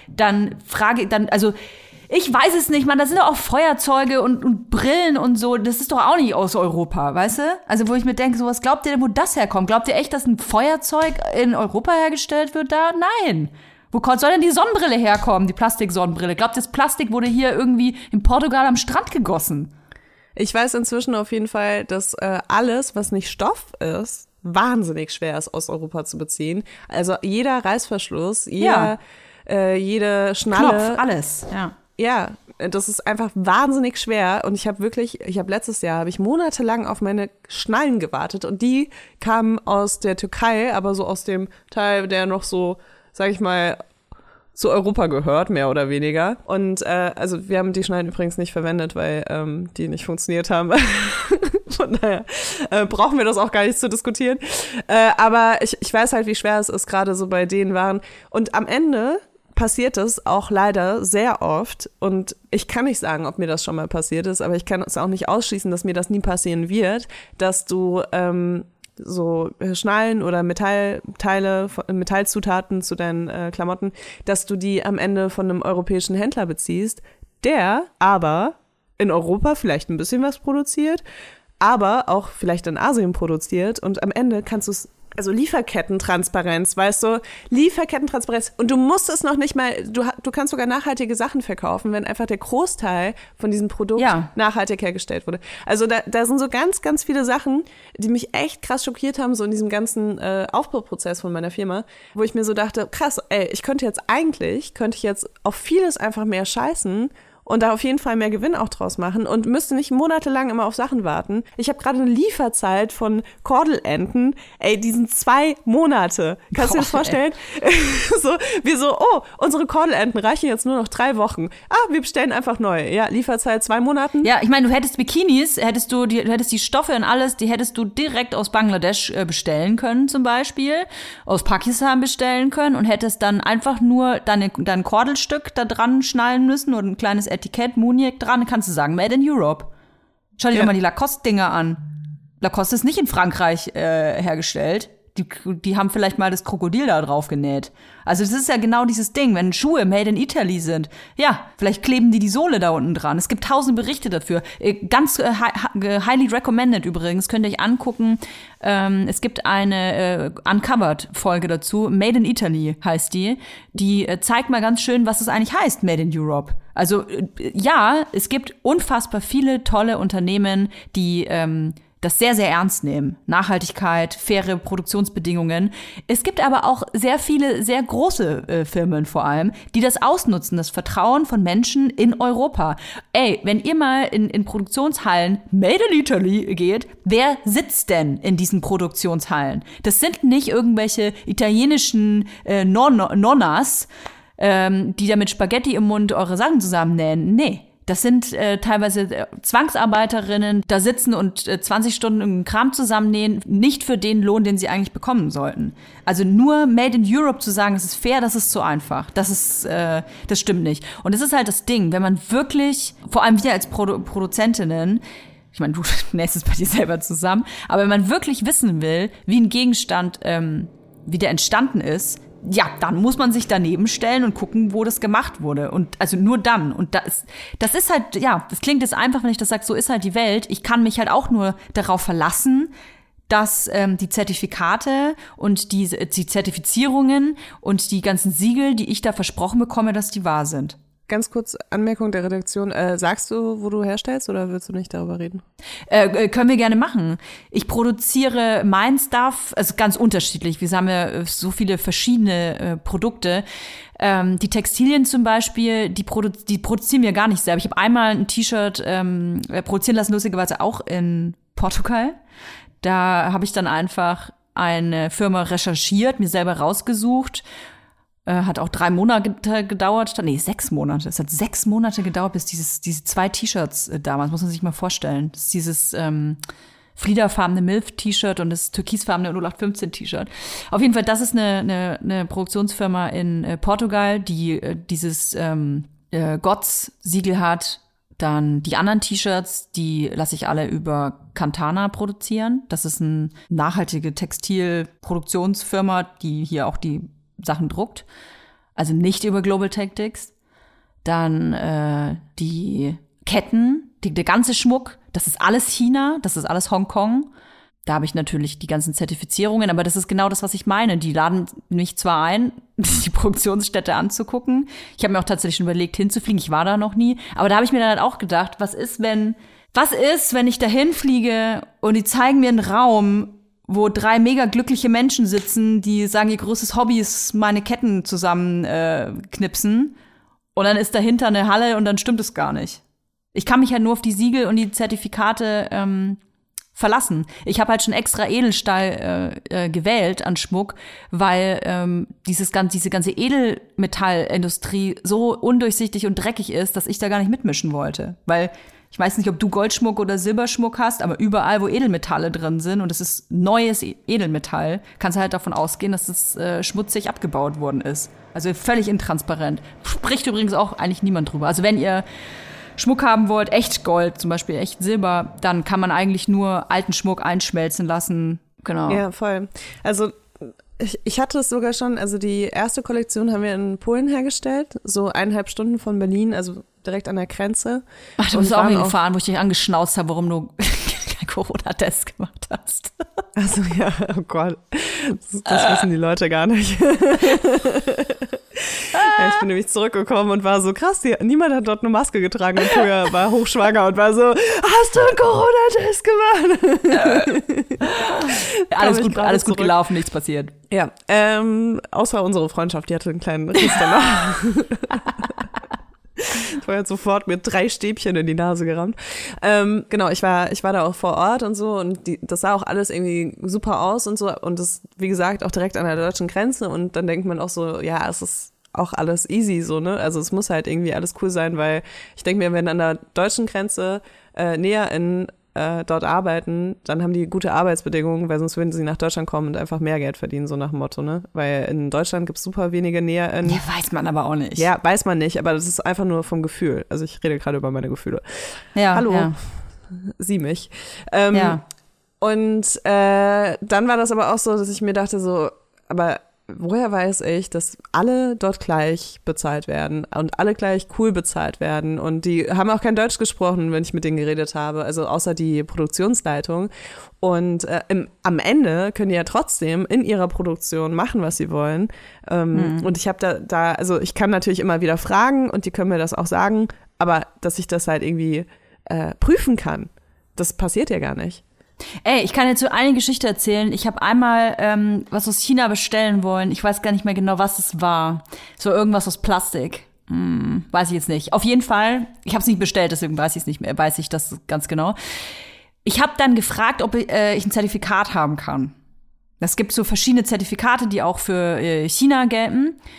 also ich weiß es nicht, man, da sind doch auch Feuerzeuge und Brillen und so, das ist doch auch nicht aus Europa, weißt du? Also wo ich mir denke, so was glaubt ihr denn, wo das herkommt? Glaubt ihr echt, dass ein Feuerzeug in Europa hergestellt wird da? Nein. Wo soll denn die Sonnenbrille herkommen, die Plastiksonnenbrille? Glaubt ihr, das Plastik wurde hier irgendwie in Portugal am Strand gegossen? Ich weiß inzwischen auf jeden Fall, dass alles, was nicht Stoff ist, wahnsinnig schwer ist, aus Europa zu beziehen. Also jeder Reißverschluss, jede Schnalle. Knopf, alles, ja. Ja, das ist einfach wahnsinnig schwer. Und letztes Jahr habe ich monatelang auf meine Schnallen gewartet. Und die kamen aus der Türkei, aber so aus dem Teil, der noch so, sag ich mal, zu Europa gehört, mehr oder weniger. Und also wir haben die Schnallen übrigens nicht verwendet, weil die nicht funktioniert haben. Von daher brauchen wir das auch gar nicht zu diskutieren. Aber ich weiß halt, wie schwer es ist, gerade so bei den Waren. Und am Ende passiert es auch leider sehr oft. Und ich kann nicht sagen, ob mir das schon mal passiert ist, aber ich kann es auch nicht ausschließen, dass mir das nie passieren wird, dass du so Schnallen oder Metallteile, Metallzutaten zu deinen Klamotten, dass du die am Ende von einem europäischen Händler beziehst, der aber in Europa vielleicht ein bisschen was produziert, aber auch vielleicht in Asien produziert und am Ende kannst du es, also Lieferkettentransparenz, weißt du, Lieferkettentransparenz und du musst es noch nicht mal, du kannst sogar nachhaltige Sachen verkaufen, wenn einfach der Großteil von diesem Produkt nachhaltig hergestellt wurde. Also da sind so ganz, ganz viele Sachen, die mich echt krass schockiert haben, so in diesem ganzen Aufbauprozess von meiner Firma, wo ich mir so dachte, krass, ich könnte jetzt auf vieles einfach mehr scheißen und da auf jeden Fall mehr Gewinn auch draus machen und müsste nicht monatelang immer auf Sachen warten. Ich habe gerade eine Lieferzeit von Kordelenten, die sind 2 Monate. Kannst du dir das vorstellen? Unsere Kordelenten reichen jetzt nur noch 3 Wochen. Wir bestellen einfach neu. Ja, Lieferzeit 2 Monaten. Ja, ich meine, du hättest Bikinis, du hättest die Stoffe und alles, die hättest du direkt aus Bangladesch bestellen können zum Beispiel, aus Pakistan bestellen können und hättest dann einfach nur dein Kordelstück da dran schnallen müssen und ein kleines Etikett, Munir dran, kannst du sagen, Made in Europe. Schau dir doch mal die Lacoste-Dinger an. Lacoste ist nicht in Frankreich hergestellt. Die haben vielleicht mal das Krokodil da drauf genäht. Also das ist ja genau dieses Ding, wenn Schuhe made in Italy sind. Ja, vielleicht kleben die Sohle da unten dran. Es gibt 1000 Berichte dafür. Ganz highly recommended übrigens, könnt ihr euch angucken. Es gibt eine Uncovered-Folge dazu. Made in Italy heißt die. Die zeigt mal ganz schön, was es eigentlich heißt, Made in Europe. Also ja, es gibt unfassbar viele tolle Unternehmen, die das sehr, sehr ernst nehmen. Nachhaltigkeit, faire Produktionsbedingungen. Es gibt aber auch sehr viele, sehr große Firmen vor allem, die das ausnutzen, das Vertrauen von Menschen in Europa. Wenn ihr mal in Produktionshallen Made in Italy geht, wer sitzt denn in diesen Produktionshallen? Das sind nicht irgendwelche italienischen Nonnas, die da mit Spaghetti im Mund eure Sachen zusammennähen. Nee. Das sind teilweise Zwangsarbeiterinnen, da sitzen und 20 Stunden einen Kram zusammennähen, nicht für den Lohn, den sie eigentlich bekommen sollten. Also nur Made in Europe zu sagen, das ist fair, das ist zu einfach. Das stimmt nicht. Und das ist halt das Ding, wenn man wirklich, vor allem wir als Produzentinnen, ich meine, du nähst es bei dir selber zusammen, aber wenn man wirklich wissen will, wie ein Gegenstand, wie der entstanden ist, ja, dann muss man sich daneben stellen und gucken, wo das gemacht wurde. Und also nur dann. Und das ist halt, ja, das klingt jetzt einfach, wenn ich das sage, so ist halt die Welt. Ich kann mich halt auch nur darauf verlassen, dass die Zertifikate und die Zertifizierungen und die ganzen Siegel, die ich da versprochen bekomme, dass die wahr sind. Ganz kurz Anmerkung der Redaktion. Sagst du, wo du herstellst oder willst du nicht darüber reden? Können wir gerne machen. Ich produziere mein Stuff, also ganz unterschiedlich. Wir haben ja so viele verschiedene Produkte. Die Textilien zum Beispiel, die produzieren wir gar nicht selber. Ich habe einmal ein T-Shirt produzieren lassen, lustigerweise auch in Portugal. Da habe ich dann einfach eine Firma recherchiert, mir selber rausgesucht. Hat auch 3 Monate gedauert. Nee, 6 Monate. Es hat 6 Monate gedauert, bis diese 2 T-Shirts damals, muss man sich mal vorstellen. Das ist dieses fliederfarbene Milf-T-Shirt und das türkisfarbene 0815-T-Shirt. Auf jeden Fall, das ist eine Produktionsfirma in Portugal, die dieses GOTS-Siegel hat. Dann die anderen T-Shirts, die lasse ich alle über Cantana produzieren. Das ist eine nachhaltige Textilproduktionsfirma, die hier auch die Sachen druckt, also nicht über Global Tactics. Dann die Ketten, der ganze Schmuck, das ist alles China, das ist alles Hongkong. Da habe ich natürlich die ganzen Zertifizierungen, aber das ist genau das, was ich meine. Die laden mich zwar ein, die Produktionsstätte anzugucken. Ich habe mir auch tatsächlich schon überlegt, hinzufliegen. Ich war da noch nie. Aber da habe ich mir dann halt auch gedacht, was ist, wenn ich da hinfliege und die zeigen mir einen Raum, wo 3 mega glückliche Menschen sitzen, die sagen, ihr größtes Hobby ist, meine Ketten zusammen knipsen. Und dann ist dahinter eine Halle und dann stimmt es gar nicht. Ich kann mich halt nur auf die Siegel und die Zertifikate verlassen. Ich habe halt schon extra Edelstahl gewählt an Schmuck, weil diese ganze Edelmetallindustrie so undurchsichtig und dreckig ist, dass ich da gar nicht mitmischen wollte. Weil ich weiß nicht, ob du Goldschmuck oder Silberschmuck hast, aber überall, wo Edelmetalle drin sind und es ist neues Edelmetall, kannst du halt davon ausgehen, dass es schmutzig abgebaut worden ist. Also völlig intransparent. Spricht übrigens auch eigentlich niemand drüber. Also wenn ihr Schmuck haben wollt, echt Gold, zum Beispiel echt Silber, dann kann man eigentlich nur alten Schmuck einschmelzen lassen. Genau. Ja, voll. Also ich hatte es sogar schon, also die erste Kollektion haben wir in Polen hergestellt, so 1,5 Stunden von Berlin, also direkt an der Grenze. Ach, du bist auch hingefahren, wo ich dich angeschnauzt habe, warum du keinen Corona-Test gemacht hast. Also ja, oh Gott, das wissen die Leute gar nicht. Ja, ich bin nämlich zurückgekommen und war so, krass, niemand hat dort eine Maske getragen und Toja war hochschwanger und war so, hast du einen Corona-Test gemacht? Alles gut gelaufen, nichts passiert. Ja, außer unsere Freundschaft, die hatte einen kleinen Riss danach. Ich war jetzt sofort mit 3 Stäbchen in die Nase gerammt. Genau, ich war da auch vor Ort und so und das sah auch alles irgendwie super aus und so und das, wie gesagt, auch direkt an der deutschen Grenze und dann denkt man auch so, ja, es ist auch alles easy so, ne? Also es muss halt irgendwie alles cool sein, weil ich denke mir, wenn an der deutschen Grenze näher dort arbeiten, dann haben die gute Arbeitsbedingungen, weil sonst würden sie nach Deutschland kommen und einfach mehr Geld verdienen, so nach dem Motto, ne? Weil in Deutschland gibt es super wenige NäherInnen. Ja, weiß man aber auch nicht. Ja, weiß man nicht, aber das ist einfach nur vom Gefühl. Also ich rede gerade über meine Gefühle. Ja, hallo, ja. Sieh mich. Ja. Und dann war das aber auch so, dass ich mir dachte so, aber woher weiß ich, dass alle dort gleich bezahlt werden und alle gleich cool bezahlt werden und die haben auch kein Deutsch gesprochen, wenn ich mit denen geredet habe, also außer die Produktionsleitung und am Ende können die ja trotzdem in ihrer Produktion machen, was sie wollen und ich habe also ich kann natürlich immer wieder fragen und die können mir das auch sagen, aber dass ich das halt irgendwie prüfen kann, das passiert ja gar nicht. Ey, ich kann jetzt so eine Geschichte erzählen. Ich habe einmal was aus China bestellen wollen. Ich weiß gar nicht mehr genau, was es war. So irgendwas aus Plastik. Weiß ich jetzt nicht. Auf jeden Fall, ich habe es nicht bestellt, deswegen weiß ich es nicht mehr. Weiß ich das ganz genau. Ich habe dann gefragt, ob ich ein Zertifikat haben kann. Es gibt so verschiedene Zertifikate, die auch für China gelten.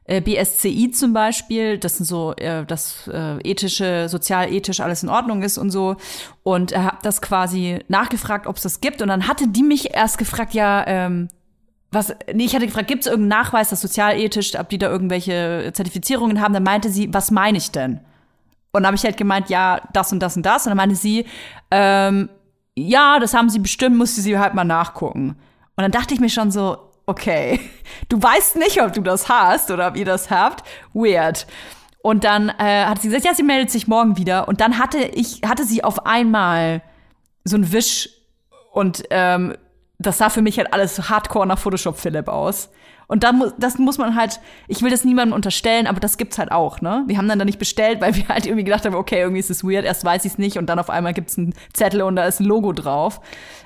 BSCI zum Beispiel, das sind so, das ethische, sozialethisch alles in Ordnung ist und so. Und habe das quasi nachgefragt, ob es das gibt. Und dann hatte die mich erst gefragt, ich hatte gefragt, gibt es irgendeinen Nachweis, dass sozialethisch, ob die da irgendwelche Zertifizierungen haben? Dann meinte sie, was meine ich denn? Und dann habe ich halt gemeint, ja, das und das und das. Und dann meinte sie, ja, das haben sie bestimmt, musste sie halt mal nachgucken. Und dann dachte ich mir schon so, okay, du weißt nicht, ob du das hast oder ob ihr das habt. Weird. Und dann hat sie gesagt, ja, sie meldet sich morgen wieder. Und dann hatte sie auf einmal so einen Wisch und das sah für mich halt alles hardcore nach Photoshop Philipp aus. Und dann das muss man halt, ich will das niemandem unterstellen, aber das gibt's halt auch, ne? Wir haben dann da nicht bestellt, weil wir halt irgendwie gedacht haben, okay, irgendwie ist es weird, erst weiß ich es nicht und dann auf einmal gibt's einen Zettel und da ist ein Logo drauf.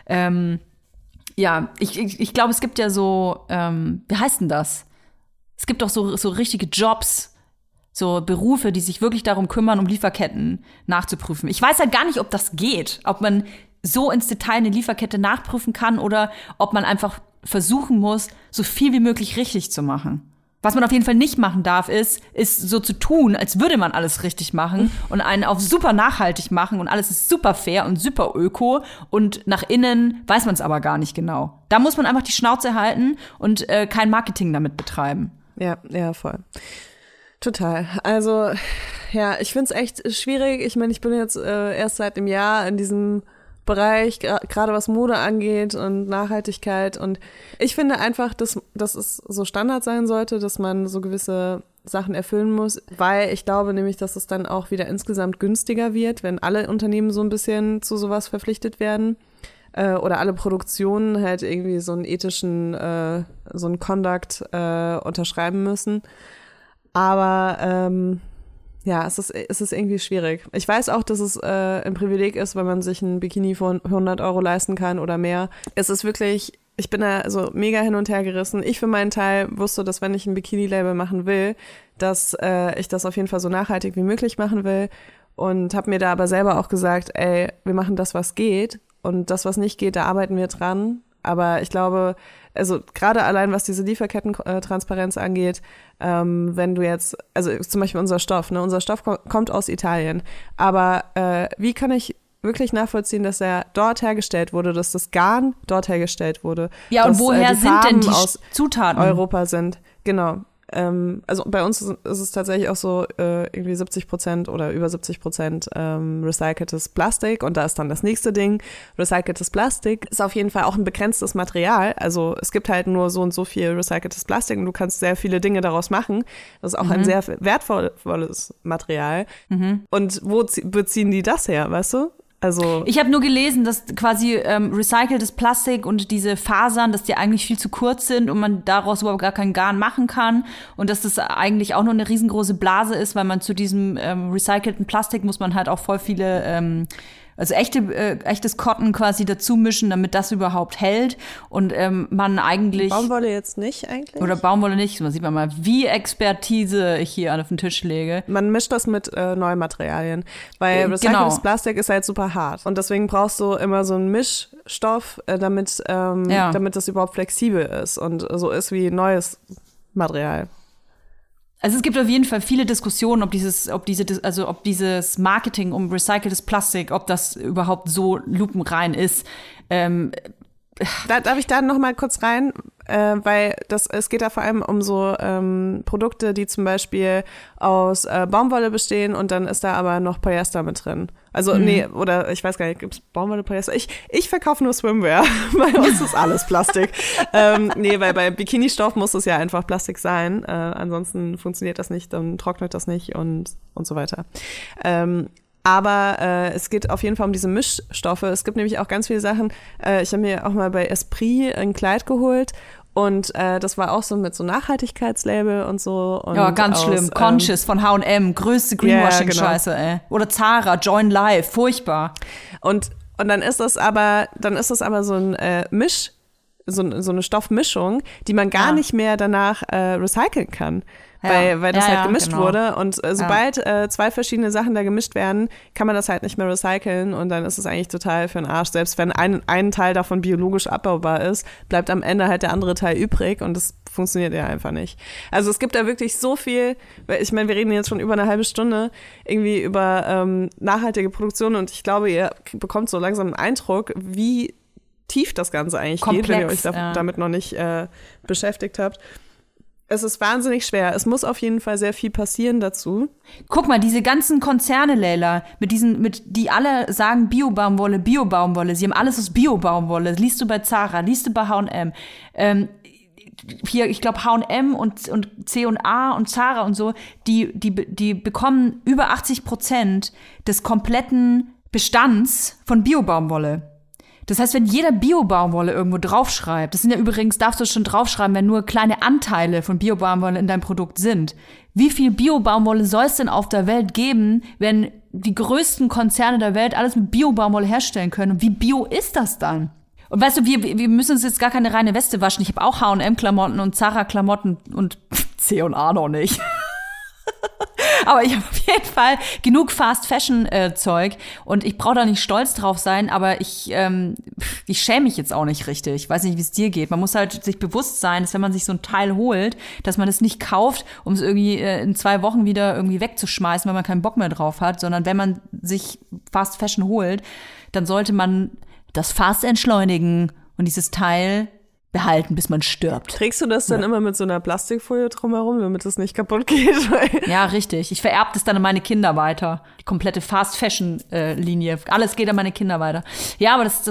Ja, ich glaube, es gibt ja so, wie heißt denn das? Es gibt doch so richtige Jobs, so Berufe, die sich wirklich darum kümmern, um Lieferketten nachzuprüfen. Ich weiß halt gar nicht, ob das geht, ob man so ins Detail eine Lieferkette nachprüfen kann oder ob man einfach versuchen muss, so viel wie möglich richtig zu machen. Was man auf jeden Fall nicht machen darf, ist so zu tun, als würde man alles richtig machen und einen auf super nachhaltig machen und alles ist super fair und super öko und nach innen weiß man es aber gar nicht genau. Da muss man einfach die Schnauze halten und kein Marketing damit betreiben. Ja, voll. Total. Also, ja, ich find's echt schwierig. Ich meine, ich bin jetzt erst seit einem Jahr in diesem Bereich, gerade was Mode angeht und Nachhaltigkeit. Und ich finde einfach, dass es so Standard sein sollte, dass man so gewisse Sachen erfüllen muss, weil ich glaube nämlich, dass es dann auch wieder insgesamt günstiger wird, wenn alle Unternehmen so ein bisschen zu sowas verpflichtet werden oder alle Produktionen halt irgendwie so einen ethischen, so einen Conduct unterschreiben müssen. Aber ja, es ist irgendwie schwierig. Ich weiß auch, dass es ein Privileg ist, wenn man sich ein Bikini von 100 € leisten kann oder mehr. Es ist wirklich, ich bin da so mega hin und her gerissen. Ich für meinen Teil wusste, dass wenn ich ein Bikini-Label machen will, dass ich das auf jeden Fall so nachhaltig wie möglich machen will und habe mir da aber selber auch gesagt, ey, wir machen das, was geht und das, was nicht geht, da arbeiten wir dran. Aber ich glaube, also gerade allein, was diese Lieferketten-Transparenz angeht, wenn du jetzt, also zum Beispiel unser Stoff kommt aus Italien, aber wie kann ich wirklich nachvollziehen, dass er dort hergestellt wurde, dass das Garn dort hergestellt wurde? Ja, dass, und woher sind denn die aus Zutaten? Europa sind, genau. Also bei uns ist es tatsächlich auch so irgendwie 70% oder über 70% recyceltes Plastik und da ist dann das nächste Ding. Recyceltes Plastik ist auf jeden Fall auch ein begrenztes Material, also es gibt halt nur so und so viel recyceltes Plastik und du kannst sehr viele Dinge daraus machen. Das ist auch ein sehr wertvolles Material. Und wo beziehen die das her, weißt du? Also ich habe nur gelesen, dass quasi recyceltes Plastik und diese Fasern, dass die eigentlich viel zu kurz sind und man daraus überhaupt gar kein Garn machen kann und dass das eigentlich auch nur eine riesengroße Blase ist, weil man zu diesem recycelten Plastik muss man halt auch voll viele also echtes Cotton quasi dazu mischen, damit das überhaupt hält und man eigentlich Baumwolle jetzt nicht eigentlich? Oder Baumwolle nicht, man sieht mal, wie Expertise ich hier auf den Tisch lege. Man mischt das mit neuen Materialien, weil recyceltes Plastik ist halt super hart und deswegen brauchst du immer so einen Mischstoff, damit das überhaupt flexibel ist und so ist wie neues Material. Also es gibt auf jeden Fall viele Diskussionen, ob dieses Marketing um recyceltes Plastik, ob das überhaupt so lupenrein ist. Darf ich da noch mal kurz rein? Weil es geht da vor allem um so Produkte, die zum Beispiel aus Baumwolle bestehen und dann ist da aber noch Polyester mit drin. Also nee, oder ich weiß gar nicht, gibt's Baumwolle, Polyester? Ich verkaufe nur Swimwear, bei uns ist alles Plastik. Nee, weil bei Bikini-Stoff muss es ja einfach Plastik sein, ansonsten funktioniert das nicht, dann trocknet das nicht und so weiter. Aber es geht auf jeden Fall um diese Mischstoffe. Es gibt nämlich auch ganz viele Sachen. Ich habe mir auch mal bei Esprit ein Kleid geholt und das war auch so mit so Nachhaltigkeitslabel und so. Und ja, ganz schlimm. Conscious von H&M, größte Greenwashing-Scheiße, genau. ey. Oder Zara, Join Life, furchtbar. Und dann ist das aber so ein so eine Stoffmischung, die man gar nicht mehr danach recyceln kann. weil das halt gemischt genau. wurde. Und sobald zwei verschiedene Sachen da gemischt werden, kann man das halt nicht mehr recyceln und dann ist es eigentlich total für den Arsch. Selbst wenn ein Teil davon biologisch abbaubar ist, bleibt am Ende halt der andere Teil übrig und das funktioniert ja einfach nicht. Also es gibt da wirklich so viel, weil ich meine, wir reden jetzt schon über eine halbe Stunde irgendwie über nachhaltige Produktion und ich glaube, ihr bekommt so langsam einen Eindruck, wie tief das Ganze eigentlich geht, wenn ihr euch damit noch nicht beschäftigt habt. Es ist wahnsinnig schwer. Es muss auf jeden Fall sehr viel passieren dazu. Guck mal, diese ganzen Konzerne, Leila, die alle sagen Bio-Baumwolle, Bio-Baumwolle, sie haben alles aus Bio-Baumwolle. Liest du bei Zara, liest du bei H&M. Hier, ich glaube, H&M und C&A und Zara und so, die bekommen über 80% des kompletten Bestands von Bio-Baumwolle. Das heißt, wenn jeder Bio-Baumwolle irgendwo draufschreibt, das sind ja übrigens, darfst du schon draufschreiben, wenn nur kleine Anteile von Bio-Baumwolle in deinem Produkt sind. Wie viel Bio-Baumwolle soll es denn auf der Welt geben, wenn die größten Konzerne der Welt alles mit Bio-Baumwolle herstellen können? Und wie bio ist das dann? Und weißt du, wir müssen uns jetzt gar keine reine Weste waschen. Ich habe auch H&M-Klamotten und Zara-Klamotten und C&A noch nicht. Aber ich habe auf jeden Fall genug Fast-Fashion-Zeug und ich brauche da nicht stolz drauf sein, aber ich schäme mich jetzt auch nicht richtig. Ich weiß nicht, wie es dir geht. Man muss halt sich bewusst sein, dass wenn man sich so ein Teil holt, dass man es nicht kauft, um es irgendwie in 2 Wochen wieder irgendwie wegzuschmeißen, weil man keinen Bock mehr drauf hat, sondern wenn man sich Fast-Fashion holt, dann sollte man das Fast entschleunigen und dieses Teil behalten, bis man stirbt. Trägst du das dann immer mit so einer Plastikfolie drumherum, damit es nicht kaputt geht? Ja, richtig. Ich vererbe das dann an meine Kinder weiter. Die komplette Fast-Fashion-Linie. Alles geht an meine Kinder weiter. Ja, aber es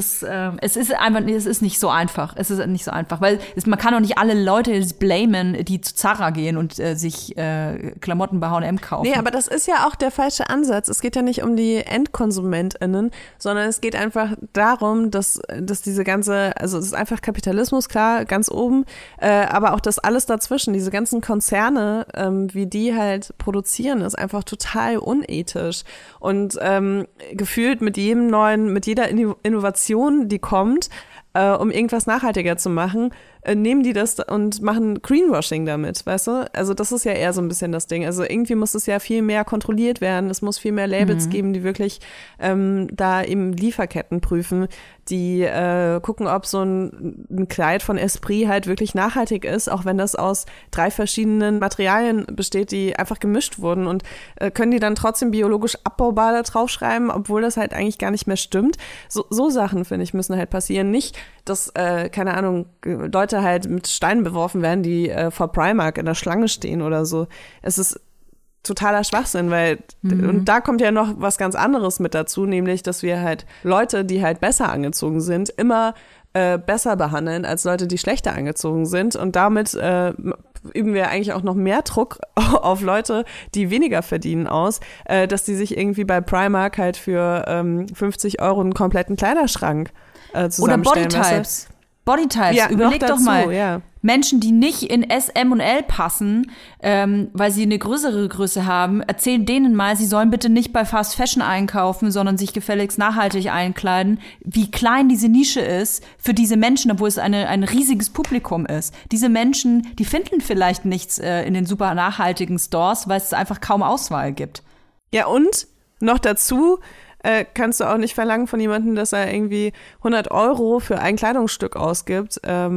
ist nicht so einfach. Es ist nicht so einfach, weil man kann auch nicht alle Leute blamen, die zu Zara gehen und sich Klamotten bei H&M kaufen. Nee, aber das ist ja auch der falsche Ansatz. Es geht ja nicht um die EndkonsumentInnen, sondern es geht einfach darum, dass diese ganze, also es ist einfach Kapitalismus, klar, ganz oben, aber auch das alles dazwischen, diese ganzen Konzerne, wie die halt produzieren, ist einfach total unethisch. Und gefühlt mit jeder Innovation, die kommt, um irgendwas nachhaltiger zu machen, nehmen die das und machen Greenwashing damit, weißt du? Also das ist ja eher so ein bisschen das Ding. Also irgendwie muss es ja viel mehr kontrolliert werden. Es muss viel mehr Labels geben, die wirklich da eben Lieferketten prüfen, die gucken, ob so ein Kleid von Esprit halt wirklich nachhaltig ist, auch wenn das aus 3 verschiedenen Materialien besteht, die einfach gemischt wurden und können die dann trotzdem biologisch abbaubar da draufschreiben, obwohl das halt eigentlich gar nicht mehr stimmt. So Sachen, finde ich, müssen halt passieren. Nicht, dass, keine Ahnung, Leute halt mit Steinen beworfen werden, die vor Primark in der Schlange stehen oder so. Es ist totaler Schwachsinn, weil und da kommt ja noch was ganz anderes mit dazu, nämlich, dass wir halt Leute, die halt besser angezogen sind, immer besser behandeln als Leute, die schlechter angezogen sind und damit üben wir eigentlich auch noch mehr Druck auf Leute, die weniger verdienen aus, dass die sich irgendwie bei Primark halt für 50 € einen kompletten Kleiderschrank zusammenstellen. Oder Bodytypes. Bodytypes, ja, überleg dazu, doch mal. Ja. Menschen, die nicht in S, M und L passen, weil sie eine größere Größe haben, erzählen denen mal, sie sollen bitte nicht bei Fast Fashion einkaufen, sondern sich gefälligst nachhaltig einkleiden, wie klein diese Nische ist für diese Menschen, obwohl es ein riesiges Publikum ist. Diese Menschen, die finden vielleicht nichts in den super nachhaltigen Stores, weil es einfach kaum Auswahl gibt. Ja, und noch dazu kannst du auch nicht verlangen von jemandem, dass er irgendwie 100 € für ein Kleidungsstück ausgibt,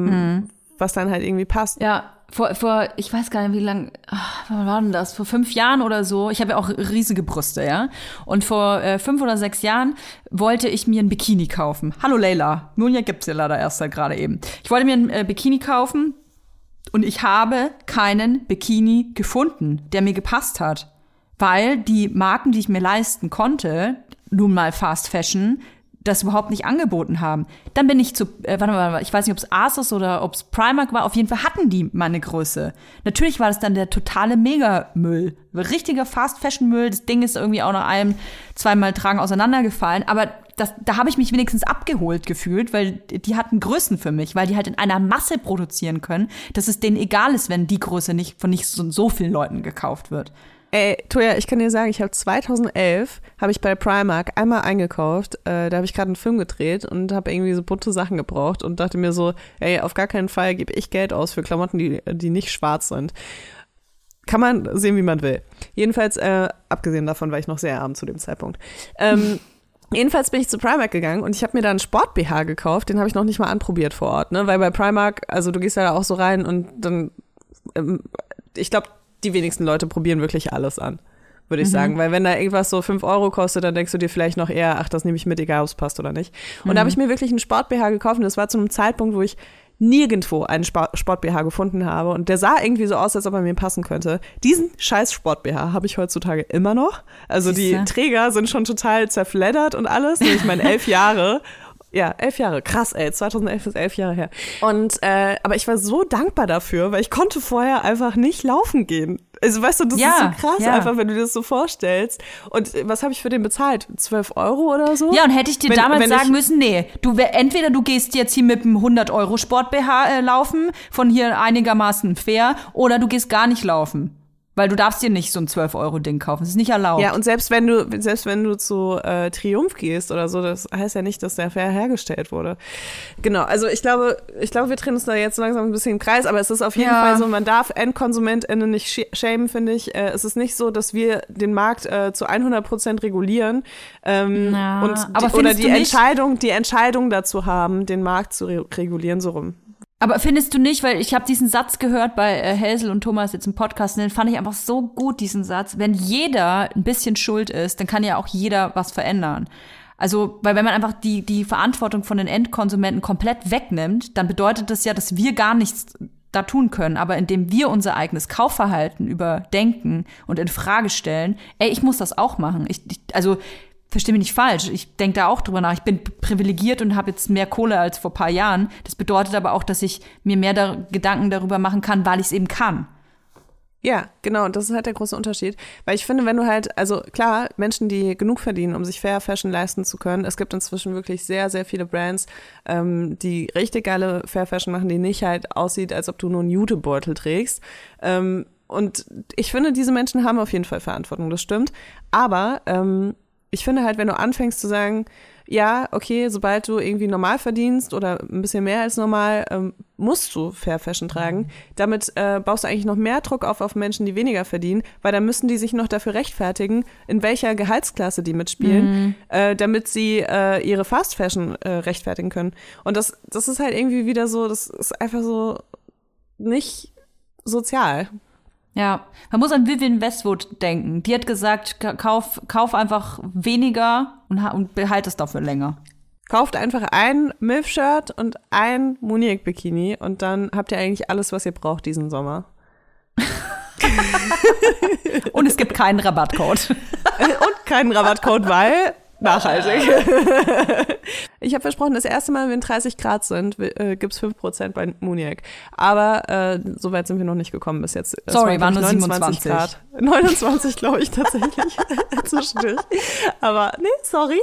was dann halt irgendwie passt. Ja, vor ich weiß gar nicht, wie lang, wann war denn das? Vor 5 Jahren oder so. Ich habe ja auch riesige Brüste, ja. Und vor 5 oder 6 Jahren wollte ich mir ein Bikini kaufen. Hallo Leila, Munja gibt's ja leider erst gerade eben. Ich wollte mir ein Bikini kaufen und ich habe keinen Bikini gefunden, der mir gepasst hat. Weil die Marken, die ich mir leisten konnte, nun mal Fast Fashion, das überhaupt nicht angeboten haben. Dann bin ich zu, ich weiß nicht, ob es ASOS oder ob es Primark war, auf jeden Fall hatten die meine Größe. Natürlich war das dann der totale Mega-Müll. Richtiger Fast-Fashion-Müll, das Ding ist irgendwie auch nach einem 2-mal Tragen auseinandergefallen, aber da habe ich mich wenigstens abgeholt gefühlt, weil die hatten Größen für mich, weil die halt in einer Masse produzieren können, dass es denen egal ist, wenn die Größe nicht von nicht so vielen Leuten gekauft wird. Ey, Toja, ich kann dir sagen, ich habe 2011 bei Primark einmal eingekauft, da habe ich gerade einen Film gedreht und habe irgendwie so bunte Sachen gebraucht und dachte mir so, ey, auf gar keinen Fall gebe ich Geld aus für Klamotten, die nicht schwarz sind. Kann man sehen, wie man will. Jedenfalls, abgesehen davon war ich noch sehr arm zu dem Zeitpunkt. Jedenfalls bin ich zu Primark gegangen und ich habe mir da einen Sport-BH gekauft, den habe ich noch nicht mal anprobiert vor Ort, ne? Weil bei Primark, also du gehst ja da auch so rein und dann, ich glaube, die wenigsten Leute probieren wirklich alles an, würde ich sagen. Weil wenn da irgendwas so 5 Euro kostet, dann denkst du dir vielleicht noch eher, ach, das nehme ich mit, egal ob es passt oder nicht. Und da habe ich mir wirklich einen Sport-BH gekauft und das war zu einem Zeitpunkt, wo ich nirgendwo einen Sport-BH gefunden habe und der sah irgendwie so aus, als ob er mir passen könnte. Diesen scheiß Sport-BH habe ich heutzutage immer noch. Also die Träger sind schon total zerfleddert und alles. Ich meine, 11 Jahre. Ja, 11 Jahre. Krass, ey. 2011 ist 11 Jahre her. Und, aber ich war so dankbar dafür, weil ich konnte vorher einfach nicht laufen gehen. Also, weißt du, das ist so krass einfach, wenn du dir das so vorstellst. Und was habe ich für den bezahlt? 12 Euro oder so? Ja, und hätte ich dir damals sagen müssen, nee, entweder du gehst jetzt hier mit einem 100 € Sport-BH laufen, von hier einigermaßen fair, oder du gehst gar nicht laufen. Weil du darfst dir nicht so ein 12-Euro-Ding kaufen. Das ist nicht erlaubt. Ja, und selbst wenn du zu Triumph gehst oder so, das heißt ja nicht, dass der fair hergestellt wurde. Genau, also ich glaube, wir drehen uns da jetzt langsam ein bisschen im Kreis, aber es ist auf jeden Fall so, man darf EndkonsumentInnen nicht schämen, finde ich. Es ist nicht so, dass wir den Markt zu 100% regulieren oder die Entscheidung dazu haben, den Markt zu regulieren, so rum. Aber findest du nicht, weil ich habe diesen Satz gehört bei Hazel und Thomas jetzt im Podcast, und den fand ich einfach so gut, diesen Satz. Wenn jeder ein bisschen schuld ist, dann kann ja auch jeder was verändern. Also, weil wenn man einfach die Verantwortung von den Endkonsumenten komplett wegnimmt, dann bedeutet das ja, dass wir gar nichts da tun können. Aber indem wir unser eigenes Kaufverhalten überdenken und in Frage stellen, ich muss das auch machen. Also versteh mich nicht falsch, ich denke da auch drüber nach. Ich bin privilegiert und habe jetzt mehr Kohle als vor ein paar Jahren. Das bedeutet aber auch, dass ich mir mehr Gedanken darüber machen kann, weil ich es eben kann. Ja, genau, und das ist halt der große Unterschied. Weil ich finde, wenn du halt, also klar, Menschen, die genug verdienen, um sich Fair Fashion leisten zu können, es gibt inzwischen wirklich sehr, sehr viele Brands, die richtig geile Fair Fashion machen, die nicht halt aussieht, als ob du nur einen Jutebeutel trägst. Und ich finde, diese Menschen haben auf jeden Fall Verantwortung, das stimmt. Aber ich finde halt, wenn du anfängst zu sagen, ja, okay, sobald du irgendwie normal verdienst oder ein bisschen mehr als normal, musst du Fair Fashion tragen. Damit baust du eigentlich noch mehr Druck auf Menschen, die weniger verdienen, weil dann müssen die sich noch dafür rechtfertigen, in welcher Gehaltsklasse die mitspielen, damit sie ihre Fast Fashion rechtfertigen können. Und das ist halt irgendwie wieder so, das ist einfach so nicht sozial. Ja, man muss an Vivienne Westwood denken. Die hat gesagt, kauf einfach weniger und behalt es dafür länger. Kauft einfach ein MILF-Shirt und ein Muniek-Bikini und dann habt ihr eigentlich alles, was ihr braucht diesen Sommer. Und es gibt keinen Rabattcode. Und keinen Rabattcode, weil nachhaltig. Ich habe versprochen, das erste Mal, wenn 30 Grad sind, gibt's 5% bei Muniek. Aber so weit sind wir noch nicht gekommen bis jetzt. Sorry, waren nur 27 Grad. 29, glaube ich, tatsächlich. Zwischendurch. Aber nee, sorry.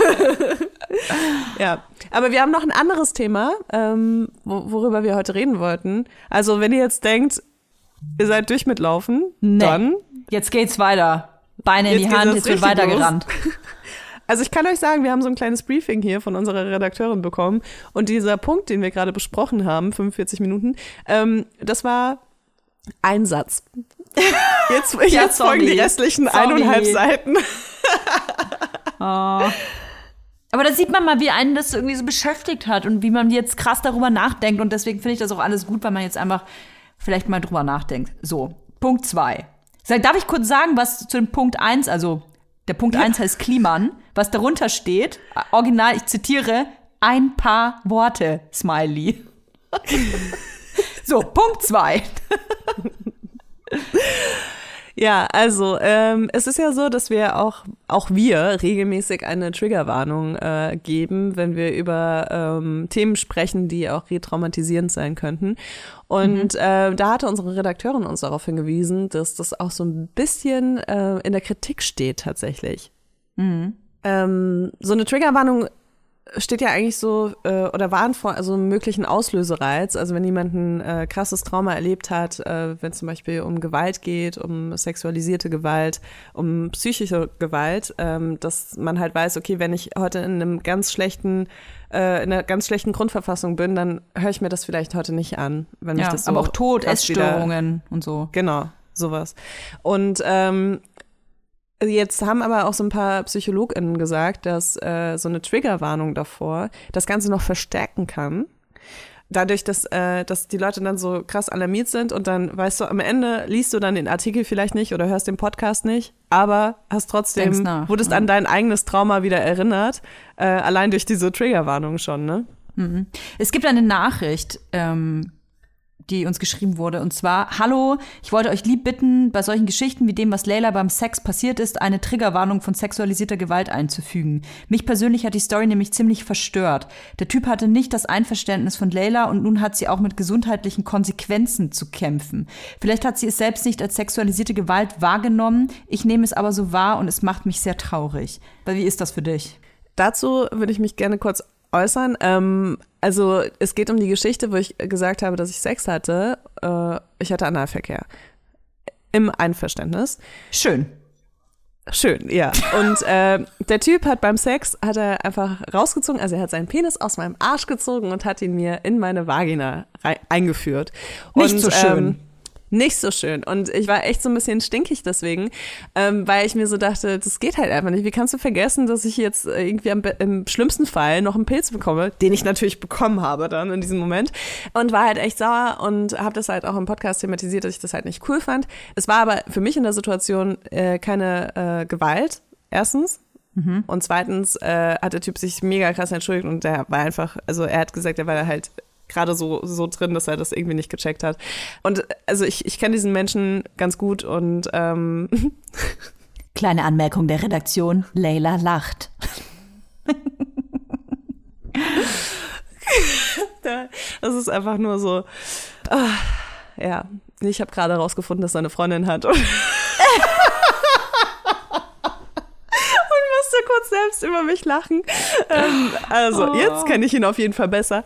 Ja, aber wir haben noch ein anderes Thema, worüber wir heute reden wollten. Also wenn ihr jetzt denkt, ihr seid durch mit Laufen, dann jetzt geht's weiter. Beine in die Hand, jetzt wird weitergerannt. Also ich kann euch sagen, wir haben so ein kleines Briefing hier von unserer Redakteurin bekommen und dieser Punkt, den wir gerade besprochen haben, 45 Minuten, das war ein Satz. Jetzt folgen die restlichen 1,5 Seiten. Oh. Aber da sieht man mal, wie einen das irgendwie so beschäftigt hat und wie man jetzt krass darüber nachdenkt und deswegen finde ich das auch alles gut, weil man jetzt einfach vielleicht mal drüber nachdenkt. So, Punkt 2. Darf ich kurz sagen, was zu dem Punkt 1, also der Punkt 1 heißt Kliman, was darunter steht, original, ich zitiere, ein paar Worte, Smiley. So, Punkt 2. Ja, also es ist ja so, dass wir auch wir regelmäßig eine Triggerwarnung geben, wenn wir über Themen sprechen, die auch retraumatisierend sein könnten. Und da hatte unsere Redakteurin uns darauf hingewiesen, dass das auch so ein bisschen in der Kritik steht tatsächlich. So eine Triggerwarnung steht ja eigentlich so oder warnt vor also einem möglichen Auslösereiz. Also wenn jemand ein krasses Trauma erlebt hat, wenn es zum Beispiel um Gewalt geht, um sexualisierte Gewalt, um psychische Gewalt, dass man halt weiß, okay, wenn ich heute in einer ganz schlechten Grundverfassung bin, dann höre ich mir das vielleicht heute nicht an, wenn mich das so aber auch Tod, Essstörungen und so. Genau. sowas. Und jetzt haben aber auch so ein paar PsychologInnen gesagt, dass so eine Triggerwarnung davor das Ganze noch verstärken kann. Dadurch, dass die Leute dann so krass alarmiert sind und dann, weißt du, am Ende liest du dann den Artikel vielleicht nicht oder hörst den Podcast nicht, aber hast trotzdem, wurdest an dein eigenes Trauma wieder erinnert, allein durch diese Triggerwarnung schon, ne? Mhm. Es gibt eine Nachricht, die uns geschrieben wurde. Und zwar: Hallo, ich wollte euch lieb bitten, bei solchen Geschichten wie dem, was Layla beim Sex passiert ist, eine Triggerwarnung von sexualisierter Gewalt einzufügen. Mich persönlich hat die Story nämlich ziemlich verstört. Der Typ hatte nicht das Einverständnis von Layla und nun hat sie auch mit gesundheitlichen Konsequenzen zu kämpfen. Vielleicht hat sie es selbst nicht als sexualisierte Gewalt wahrgenommen. Ich nehme es aber so wahr und es macht mich sehr traurig. Weil wie ist das für dich? Dazu würde ich mich gerne kurz äußern. Also es geht um die Geschichte, wo ich gesagt habe, dass ich Sex hatte. Ich hatte Analverkehr. Im Einverständnis. Schön, ja. Und der Typ hat beim Sex, hat er einfach rausgezogen, also er hat seinen Penis aus meinem Arsch gezogen und hat ihn mir in meine Vagina eingeführt. Nicht so schön. Nicht so schön. Und ich war echt so ein bisschen stinkig deswegen, weil ich mir so dachte, das geht halt einfach nicht. Wie kannst du vergessen, dass ich jetzt irgendwie im schlimmsten Fall noch einen Pilz bekomme, den ich natürlich bekommen habe dann in diesem Moment. Und war halt echt sauer und habe das halt auch im Podcast thematisiert, dass ich das halt nicht cool fand. Es war aber für mich in der Situation keine Gewalt, erstens. Mhm. Und zweitens hat der Typ sich mega krass entschuldigt und der war einfach, also er hat gesagt, er war halt gerade so drin, dass er das irgendwie nicht gecheckt hat. Und also ich kenne diesen Menschen ganz gut und Kleine Anmerkung der Redaktion: Layla lacht. Das ist einfach nur so, ja, ich habe gerade rausgefunden, dass er eine Freundin hat und musste kurz selbst über mich lachen. Jetzt kenne ich ihn auf jeden Fall besser.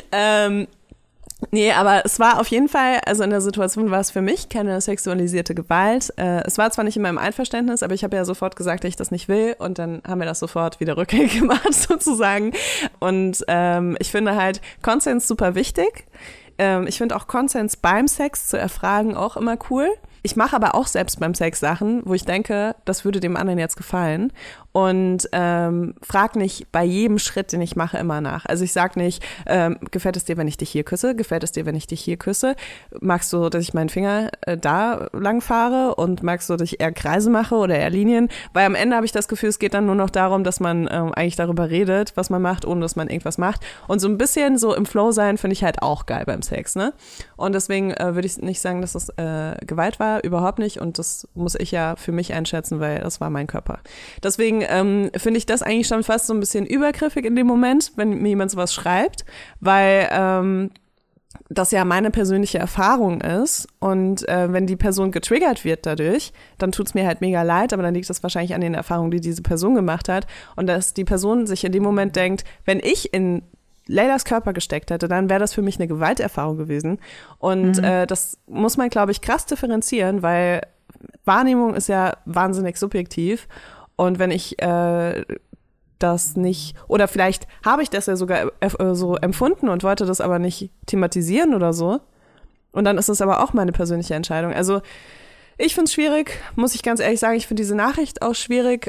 Nee, aber es war auf jeden Fall, also in der Situation war es für mich keine sexualisierte Gewalt. Es war zwar nicht in meinem Einverständnis, aber ich habe ja sofort gesagt, dass ich das nicht will und dann haben wir das sofort wieder rückgängig gemacht sozusagen. Und ich finde halt Konsens super wichtig. Ich finde auch Konsens beim Sex zu erfragen auch immer cool. Ich mache aber auch selbst beim Sex Sachen, wo ich denke, das würde dem anderen jetzt gefallen. Und frag nicht bei jedem Schritt, den ich mache, immer nach. Also ich sag nicht, gefällt es dir, wenn ich dich hier küsse? Gefällt es dir, wenn ich dich hier küsse? Magst du, dass ich meinen Finger da lang fahre? Und magst du, dass ich eher Kreise mache oder eher Linien? Weil am Ende habe ich das Gefühl, es geht dann nur noch darum, dass man eigentlich darüber redet, was man macht, ohne dass man irgendwas macht. Und so ein bisschen so im Flow sein, finde ich halt auch geil beim Sex, ne? Und deswegen würde ich nicht sagen, dass das Gewalt war, überhaupt nicht. Und das muss ich ja für mich einschätzen, weil das war mein Körper. Deswegen finde ich das eigentlich schon fast so ein bisschen übergriffig in dem Moment, wenn mir jemand sowas schreibt, weil das ja meine persönliche Erfahrung ist und wenn die Person getriggert wird dadurch, dann tut's mir halt mega leid, aber dann liegt das wahrscheinlich an den Erfahrungen, die diese Person gemacht hat und dass die Person sich in dem Moment denkt, wenn ich in Laylas Körper gesteckt hätte, dann wäre das für mich eine Gewalterfahrung gewesen und das muss man, glaube ich, krass differenzieren, weil Wahrnehmung ist ja wahnsinnig subjektiv. Und wenn ich das nicht, oder vielleicht habe ich das ja sogar so empfunden und wollte das aber nicht thematisieren oder so. Und dann ist es aber auch meine persönliche Entscheidung. Also ich finde es schwierig, muss ich ganz ehrlich sagen. Ich finde diese Nachricht auch schwierig,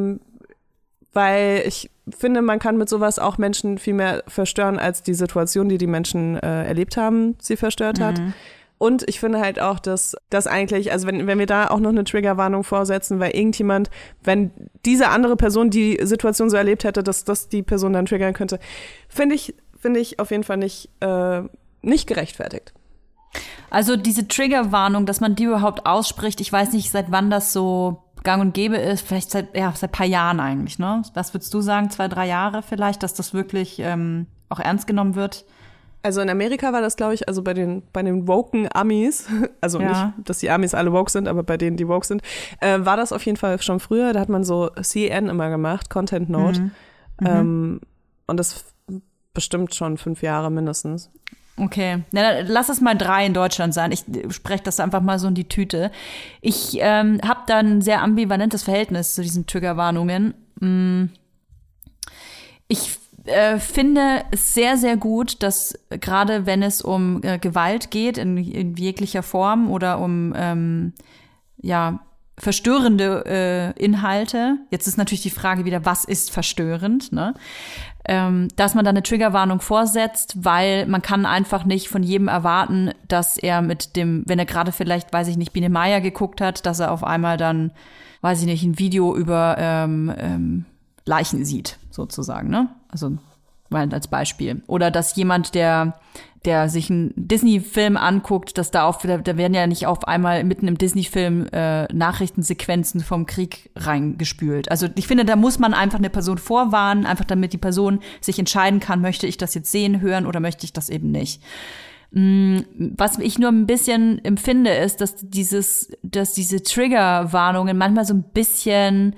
weil ich finde, man kann mit sowas auch Menschen viel mehr verstören, als die Situation, die die Menschen erlebt haben, sie verstört hat. Und ich finde halt auch, dass das eigentlich, also wenn wir da auch noch eine Triggerwarnung vorsetzen, weil irgendjemand, wenn diese andere Person die Situation so erlebt hätte, dass das die Person dann triggern könnte, finde ich auf jeden Fall nicht gerechtfertigt. Also diese Triggerwarnung, dass man die überhaupt ausspricht, ich weiß nicht, seit wann das so gang und gäbe ist, vielleicht seit ein paar Jahren eigentlich, ne? Was würdest du sagen, 2-3 Jahre vielleicht, dass das wirklich auch ernst genommen wird? Also in Amerika war das, glaube ich, also bei den woken Amis, also nicht, dass die Amis alle woke sind, aber bei denen, die woke sind, war das auf jeden Fall schon früher. Da hat man so CN immer gemacht, Content Note. Und das bestimmt schon 5 Jahre mindestens. Okay, na, lass es mal 3 in Deutschland sein. Ich spreche das einfach mal so in die Tüte. Ich habe da ein sehr ambivalentes Verhältnis zu diesen Triggerwarnungen. finde es sehr, sehr gut, dass gerade wenn es um Gewalt geht, in jeglicher Form oder um verstörende Inhalte, jetzt ist natürlich die Frage wieder, was ist verstörend, ne? Dass man da eine Triggerwarnung vorsetzt, weil man kann einfach nicht von jedem erwarten, dass er wenn er gerade vielleicht, weiß ich nicht, Biene Meier geguckt hat, dass er auf einmal dann, weiß ich nicht, ein Video über Leichen sieht, sozusagen, ne? Also mal als Beispiel. Oder dass jemand, der sich einen Disney-Film anguckt, dass da werden ja nicht auf einmal mitten im Disney-Film Nachrichtensequenzen vom Krieg reingespült. Also ich finde, da muss man einfach eine Person vorwarnen, einfach damit die Person sich entscheiden kann, möchte ich das jetzt sehen, hören oder möchte ich das eben nicht. Was ich nur ein bisschen empfinde, ist, dass diese Triggerwarnungen manchmal so ein bisschen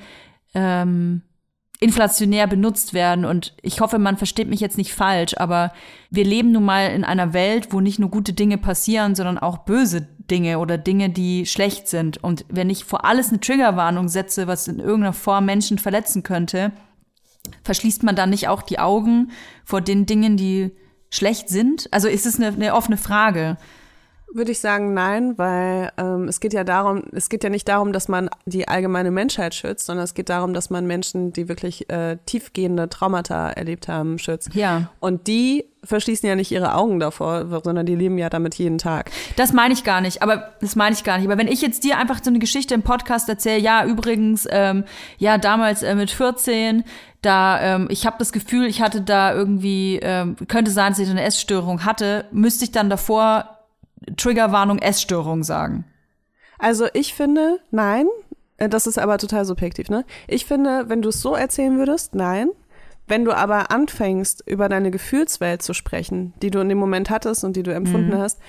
inflationär benutzt werden. Und ich hoffe, man versteht mich jetzt nicht falsch, aber wir leben nun mal in einer Welt, wo nicht nur gute Dinge passieren, sondern auch böse Dinge oder Dinge, die schlecht sind. Und wenn ich vor alles eine Triggerwarnung setze, was in irgendeiner Form Menschen verletzen könnte, verschließt man dann nicht auch die Augen vor den Dingen, die schlecht sind? Also ist es eine offene Frage. Würde ich sagen, nein, weil es geht ja nicht darum, dass man die allgemeine Menschheit schützt, sondern es geht darum, dass man Menschen, die wirklich tiefgehende Traumata erlebt haben, schützt. Ja. Und die verschließen ja nicht ihre Augen davor, sondern die leben ja damit jeden Tag. Das meine ich gar nicht. Aber wenn ich jetzt dir einfach so eine Geschichte im Podcast erzähle, ja, übrigens, damals mit 14, ich habe das Gefühl, ich hatte da irgendwie, könnte sein, dass ich eine Essstörung hatte, müsste ich dann davor Triggerwarnung Essstörung sagen? Also ich finde, nein. Das ist aber total subjektiv, ne? Ich finde, wenn du es so erzählen würdest, nein. Wenn du aber anfängst, über deine Gefühlswelt zu sprechen, die du in dem Moment hattest und die du empfunden hast,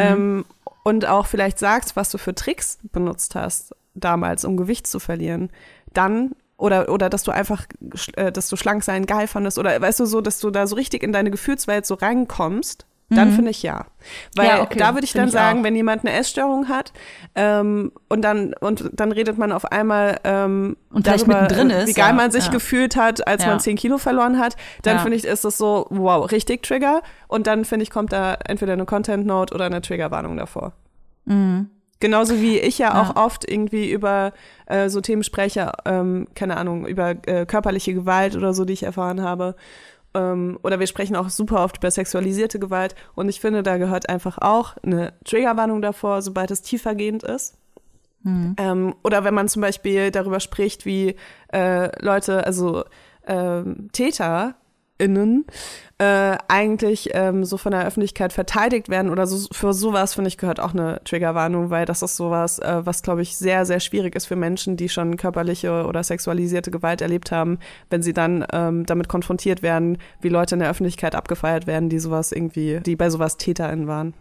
und auch vielleicht sagst, was du für Tricks benutzt hast damals, um Gewicht zu verlieren, dann oder dass du einfach, dass du schlank sein geil fandest oder weißt du so, dass du da so richtig in deine Gefühlswelt so reinkommst, dann finde ich ja. Weil da würde ich dann sagen, wenn jemand eine Essstörung hat und dann redet man auf einmal und vielleicht mittendrin ist, wie geil man sich gefühlt hat, als man 10 Kilo verloren hat, dann finde ich, ist das so, wow, richtig Trigger. Und dann finde ich, kommt da entweder eine Content-Note oder eine Triggerwarnung davor. Mhm. Genauso wie ich ja auch oft irgendwie über so Themen spreche, keine Ahnung, über körperliche Gewalt oder so, die ich erfahren habe. Oder wir sprechen auch super oft über sexualisierte Gewalt. Und ich finde, da gehört einfach auch eine Triggerwarnung davor, sobald es tiefergehend ist. Mhm. Oder wenn man zum Beispiel darüber spricht, wie Leute, also TäterInnen, eigentlich so von der Öffentlichkeit verteidigt werden oder so, für sowas, finde ich, gehört auch eine Triggerwarnung, weil das ist sowas, was, glaube ich, sehr, sehr schwierig ist für Menschen, die schon körperliche oder sexualisierte Gewalt erlebt haben, wenn sie dann damit konfrontiert werden, wie Leute in der Öffentlichkeit abgefeiert werden, die bei sowas TäterInnen waren.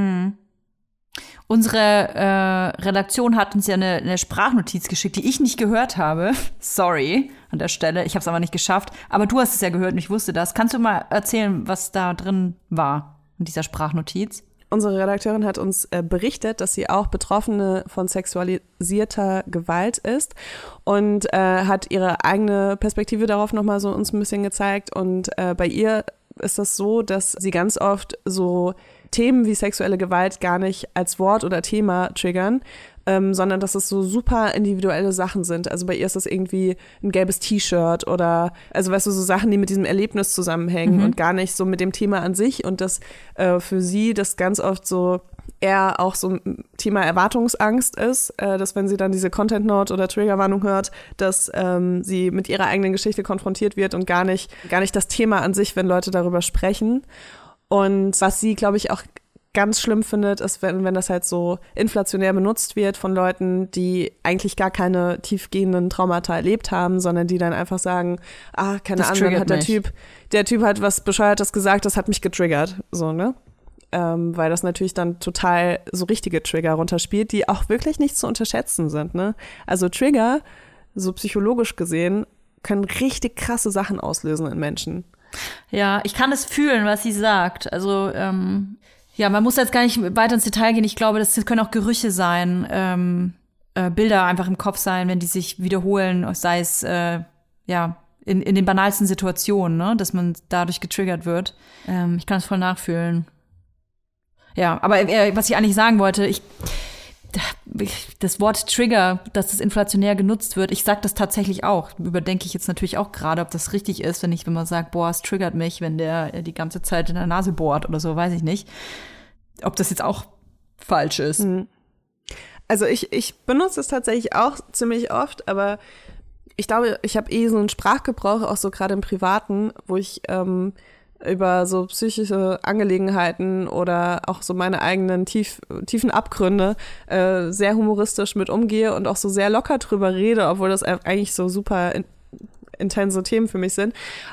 Unsere Redaktion hat uns ja eine Sprachnotiz geschickt, die ich nicht gehört habe. Sorry an der Stelle, ich habe es aber nicht geschafft. Aber du hast es ja gehört und ich wusste das. Kannst du mal erzählen, was da drin war in dieser Sprachnotiz? Unsere Redakteurin hat uns berichtet, dass sie auch Betroffene von sexualisierter Gewalt ist und hat ihre eigene Perspektive darauf nochmal so uns ein bisschen gezeigt. Und bei ihr ist das so, dass sie ganz oft so Themen wie sexuelle Gewalt gar nicht als Wort oder Thema triggern, sondern dass es so super individuelle Sachen sind. Also bei ihr ist das irgendwie ein gelbes T-Shirt oder, also weißt du, so Sachen, die mit diesem Erlebnis zusammenhängen und gar nicht so mit dem Thema an sich. Und dass für sie das ganz oft so eher auch so ein Thema Erwartungsangst ist, dass wenn sie dann diese Content-Note oder Triggerwarnung hört, dass sie mit ihrer eigenen Geschichte konfrontiert wird und gar nicht das Thema an sich, wenn Leute darüber sprechen. Und was sie, glaube ich, auch ganz schlimm findet, ist, wenn das halt so inflationär benutzt wird von Leuten, die eigentlich gar keine tiefgehenden Traumata erlebt haben, sondern die dann einfach sagen, keine Ahnung, hat der Typ hat was Bescheuertes gesagt, das hat mich getriggert, so, ne? Weil das natürlich dann total so richtige Trigger runterspielt, die auch wirklich nicht zu unterschätzen sind, ne? Also Trigger, so psychologisch gesehen, können richtig krasse Sachen auslösen in Menschen. Ja, ich kann es fühlen, was sie sagt. Also, man muss jetzt gar nicht weiter ins Detail gehen. Ich glaube, das können auch Gerüche sein, Bilder einfach im Kopf sein, wenn die sich wiederholen, sei es, in den banalsten Situationen, ne? Dass man dadurch getriggert wird. Ich kann das voll nachfühlen. Ja, aber was ich eigentlich sagen wollte, das Wort Trigger, dass das inflationär genutzt wird, ich sag das tatsächlich auch. Überdenke ich jetzt natürlich auch gerade, ob das richtig ist, wenn man sagt, boah, es triggert mich, wenn der die ganze Zeit in der Nase bohrt oder so, weiß ich nicht. Ob das jetzt auch falsch ist. Also ich benutze es tatsächlich auch ziemlich oft, aber ich glaube, ich habe so einen Sprachgebrauch, auch so gerade im Privaten, wo ich über so psychische Angelegenheiten oder auch so meine eigenen tiefen Abgründe sehr humoristisch mit umgehe und auch so sehr locker drüber rede, obwohl das eigentlich so super intense Themen für mich sind.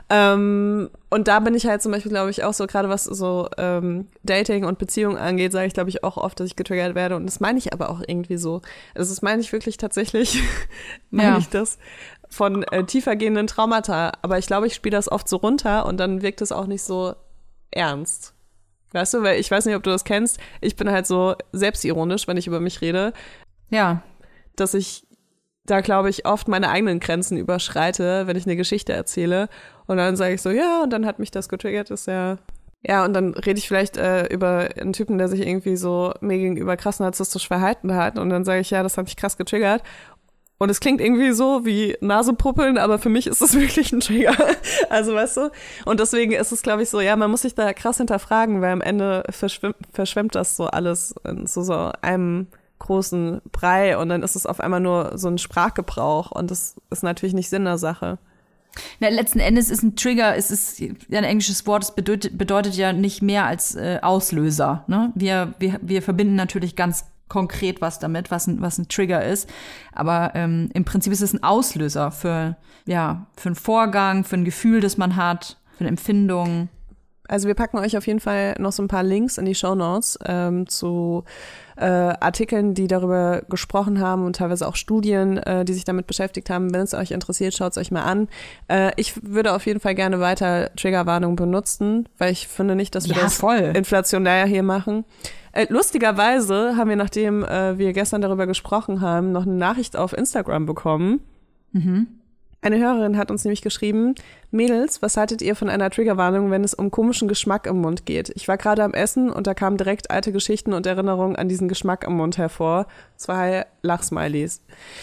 Und da bin ich halt zum Beispiel, glaube ich, auch so, gerade was so Dating und Beziehungen angeht, sage ich, glaube ich, auch oft, dass ich getriggert werde. Und das meine ich aber auch irgendwie so. Also das meine ich wirklich tatsächlich, meine ich das von tiefergehenden Traumata. Aber ich glaube, ich spiele das oft so runter und dann wirkt es auch nicht so ernst. Weißt du, weil ich weiß nicht, ob du das kennst. Ich bin halt so selbstironisch, wenn ich über mich rede. Ja. Dass ich da, glaube ich, oft meine eigenen Grenzen überschreite, wenn ich eine Geschichte erzähle. Und dann sage ich so, ja, und dann hat mich das getriggert, ist ja. Ja, und dann rede ich vielleicht über einen Typen, der sich irgendwie so mir gegenüber krass narzisstisch verhalten hat. Und dann sage ich, ja, das hat mich krass getriggert. Und es klingt irgendwie so wie Nasepuppeln, aber für mich ist es wirklich ein Trigger. Also, weißt du? Und deswegen ist es, glaube ich, so, ja, man muss sich da krass hinterfragen, weil am Ende verschwemmt das so alles in so einem großen Brei und dann ist es auf einmal nur so ein Sprachgebrauch und das ist natürlich nicht Sinn der Sache. Na, letzten Endes ist ein Trigger, es ist ein englisches Wort, es bedeutet ja nicht mehr als Auslöser. Ne? Wir verbinden natürlich ganz konkret was damit, was ein Trigger ist. Aber im Prinzip ist es ein Auslöser für einen Vorgang, für ein Gefühl, das man hat, für eine Empfindung. Also wir packen euch auf jeden Fall noch so ein paar Links in die Shownotes zu Artikeln, die darüber gesprochen haben und teilweise auch Studien, die sich damit beschäftigt haben. Wenn es euch interessiert, schaut es euch mal an. Ich würde auf jeden Fall gerne weiter Triggerwarnung benutzen, weil ich finde nicht, dass wir das inflationär hier machen. Lustigerweise haben wir, nachdem wir gestern darüber gesprochen haben, noch eine Nachricht auf Instagram bekommen. Mhm. Eine Hörerin hat uns nämlich geschrieben, Mädels, was haltet ihr von einer Triggerwarnung, wenn es um komischen Geschmack im Mund geht? Ich war gerade am Essen und da kamen direkt alte Geschichten und Erinnerungen an diesen Geschmack im Mund hervor. 2 Lachsmilies.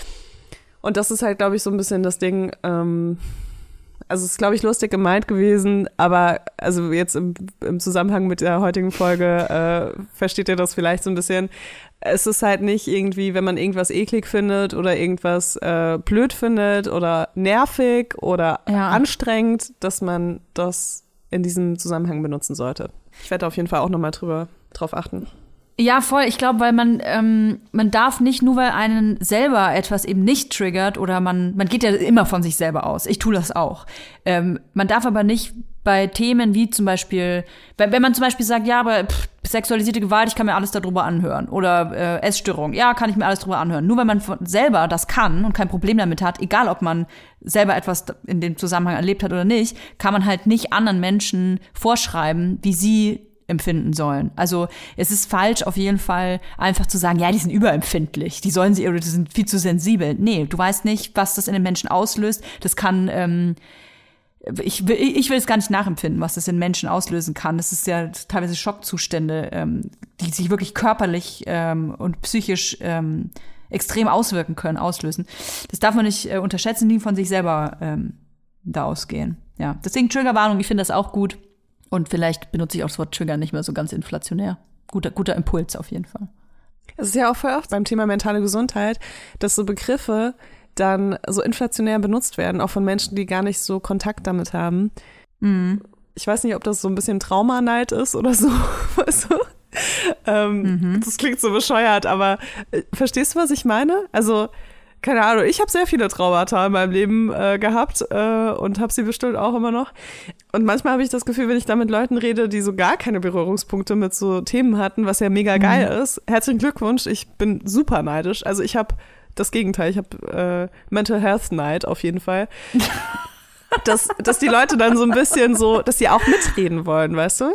Und das ist halt, glaube ich, so ein bisschen das Ding, also es ist, glaube ich, lustig gemeint gewesen, aber also jetzt im Zusammenhang mit der heutigen Folge versteht ihr das vielleicht so ein bisschen. Es ist halt nicht irgendwie, wenn man irgendwas eklig findet oder irgendwas blöd findet oder nervig oder anstrengend, dass man das in diesem Zusammenhang benutzen sollte. Ich werde auf jeden Fall auch nochmal drauf achten. Ja, voll. Ich glaube, weil man darf nicht, nur weil einen selber etwas eben nicht triggert oder man geht ja immer von sich selber aus. Ich tue das auch. Man darf aber nicht bei Themen wie zum Beispiel, wenn man zum Beispiel sagt, ja, aber sexualisierte Gewalt, ich kann mir alles darüber anhören. Oder Essstörung, ja, kann ich mir alles darüber anhören. Nur weil man selber das kann und kein Problem damit hat, egal ob man selber etwas in dem Zusammenhang erlebt hat oder nicht, kann man halt nicht anderen Menschen vorschreiben, wie sie empfinden sollen. Also es ist falsch auf jeden Fall einfach zu sagen, ja, die sind überempfindlich, die sind viel zu sensibel. Nee, du weißt nicht, was das in den Menschen auslöst. Das kann, ich will es gar nicht nachempfinden, was das in Menschen auslösen kann. Das ist ja teilweise Schockzustände, die sich wirklich körperlich und psychisch extrem auswirken können, auslösen. Das darf man nicht unterschätzen, die von sich selber da ausgehen. Ja, deswegen Triggerwarnung, ich finde das auch gut. Und vielleicht benutze ich auch das Wort Trigger nicht mehr so ganz inflationär. Guter Impuls auf jeden Fall. Es ist ja auch voll oft beim Thema mentale Gesundheit, dass so Begriffe dann so inflationär benutzt werden, auch von Menschen, die gar nicht so Kontakt damit haben. Mhm. Ich weiß nicht, ob das so ein bisschen Traumanijd ist oder so. Weißt du? Das klingt so bescheuert, aber verstehst du, was ich meine? Also keine Ahnung, ich habe sehr viele Traumata in meinem Leben gehabt und habe sie bestimmt auch immer noch. Und manchmal habe ich das Gefühl, wenn ich da mit Leuten rede, die so gar keine Berührungspunkte mit so Themen hatten, was ja mega geil ist. Herzlichen Glückwunsch, ich bin super neidisch. Also ich habe das Gegenteil, ich habe Mental Health Neid auf jeden Fall. dass die Leute dann so ein bisschen so, dass sie auch mitreden wollen, weißt du?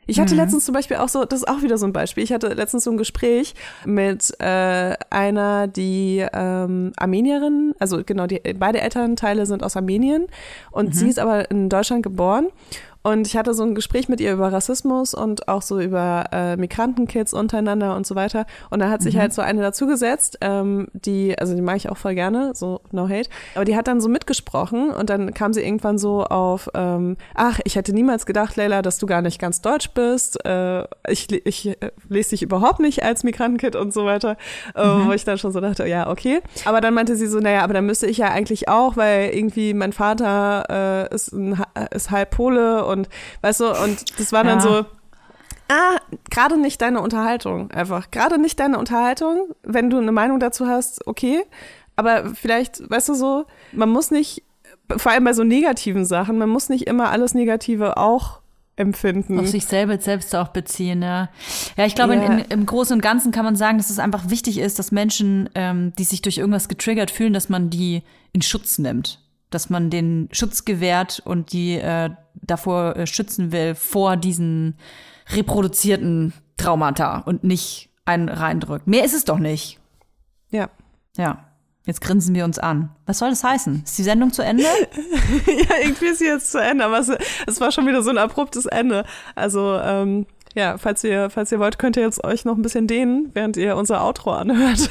Ich hatte letztens zum Beispiel auch so, das ist auch wieder so ein Beispiel, ich hatte letztens so ein Gespräch mit einer, die Armenierin, also genau, beide Elternteile sind aus Armenien und sie ist aber in Deutschland geboren. Und ich hatte so ein Gespräch mit ihr über Rassismus und auch so über Migrantenkids untereinander und so weiter. Und da hat sich halt so eine dazugesetzt, die mag ich auch voll gerne, so no hate. Aber die hat dann so mitgesprochen und dann kam sie irgendwann so auf, ich hätte niemals gedacht, Leila, dass du gar nicht ganz deutsch bist. Ich lese dich überhaupt nicht als Migrantenkid und so weiter. Wo ich dann schon so dachte, ja, okay. Aber dann meinte sie so, naja, aber dann müsste ich ja eigentlich auch, weil irgendwie mein Vater ist halb Pole und weißt du, und das war dann so, gerade nicht deine Unterhaltung einfach. Gerade nicht deine Unterhaltung, wenn du eine Meinung dazu hast, okay, aber vielleicht, weißt du so, man muss nicht, vor allem bei so negativen Sachen, man muss nicht immer alles Negative auch empfinden. Auf sich selbst auch beziehen, ja. Ja, ich glaube, im Großen und Ganzen kann man sagen, dass es einfach wichtig ist, dass Menschen, die sich durch irgendwas getriggert fühlen, dass man die in Schutz nimmt. Dass man den Schutz gewährt und die davor schützen will, vor diesen reproduzierten Traumata und nicht einen reindrückt. Mehr ist es doch nicht. Ja. Ja. Jetzt grinsen wir uns an. Was soll das heißen? Ist die Sendung zu Ende? Ja, irgendwie ist sie jetzt zu Ende, aber es war schon wieder so ein abruptes Ende. Also, ja, falls ihr wollt, könnt ihr jetzt euch noch ein bisschen dehnen, während ihr unser Outro anhört.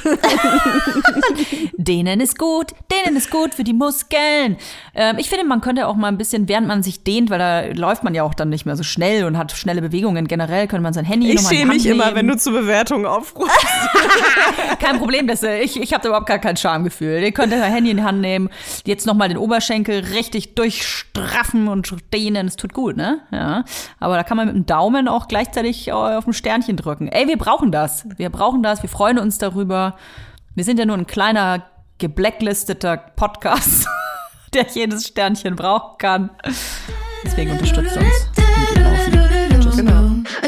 Dehnen ist gut für die Muskeln. Ich finde, man könnte auch mal ein bisschen, während man sich dehnt, weil da läuft man ja auch dann nicht mehr so schnell und hat schnelle Bewegungen. Generell könnte man sein Handy nochmal in die Hand nehmen. Ich schäme mich immer, wenn du zur Bewertung aufrufst. Kein Problem, ich habe da überhaupt gar kein Schamgefühl. Ihr könnt euer Handy in die Hand nehmen, jetzt nochmal den Oberschenkel richtig durchstraffen und dehnen. Das tut gut, ne? Ja. Aber da kann man mit dem Daumen auch gleichzeitig auf ein Sternchen drücken. Ey, wir brauchen das. Wir freuen uns darüber. Wir sind ja nur ein kleiner, geblacklisteter Podcast, der jedes Sternchen brauchen kann. Deswegen unterstützt uns. Tschüss. Genau.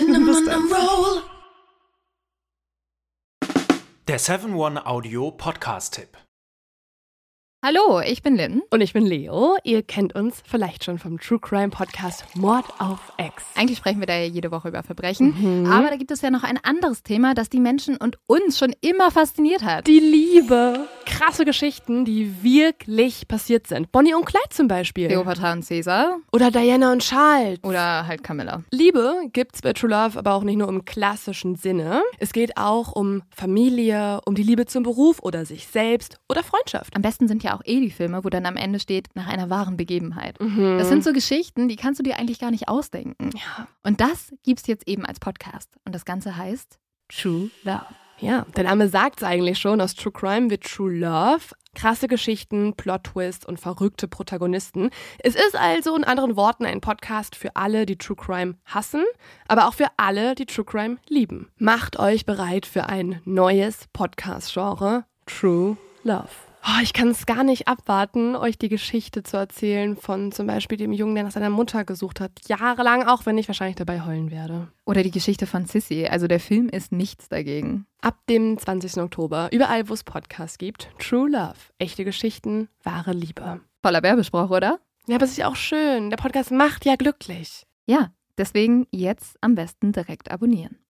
Der 7-One Audio Podcast-Tipp. Hallo, ich bin Lynn. Und ich bin Leo. Ihr kennt uns vielleicht schon vom True Crime Podcast Mord auf Ex. Eigentlich sprechen wir da ja jede Woche über Verbrechen. Aber da gibt es ja noch ein anderes Thema, das die Menschen und uns schon immer fasziniert hat. Die Liebe. Krasse Geschichten, die wirklich passiert sind. Bonnie und Clyde zum Beispiel. Cleopatra und Caesar. Oder Diana und Charles. Oder halt Camilla. Liebe gibt's bei True Love aber auch nicht nur im klassischen Sinne. Es geht auch um Familie, um die Liebe zum Beruf oder sich selbst oder Freundschaft. Am besten sind ja auch die Filme, wo dann am Ende steht, nach einer wahren Begebenheit. Das sind so Geschichten, die kannst du dir eigentlich gar nicht ausdenken. Ja. Und das gibt's jetzt eben als Podcast. Und das Ganze heißt True Love. Ja, der Name sagt's eigentlich schon, aus True Crime wird True Love. Krasse Geschichten, Plot-Twist und verrückte Protagonisten. Es ist also in anderen Worten ein Podcast für alle, die True Crime hassen, aber auch für alle, die True Crime lieben. Macht euch bereit für ein neues Podcast-Genre, True Love. Oh, ich kann es gar nicht abwarten, euch die Geschichte zu erzählen von zum Beispiel dem Jungen, der nach seiner Mutter gesucht hat. Jahrelang, auch wenn ich wahrscheinlich dabei heulen werde. Oder die Geschichte von Sissy. Also der Film ist nichts dagegen. Ab dem 20. Oktober, überall wo es Podcasts gibt, True Love. Echte Geschichten, wahre Liebe. Voller Werbespruch, oder? Ja, aber es ist ja auch schön. Der Podcast macht ja glücklich. Ja, deswegen jetzt am besten direkt abonnieren.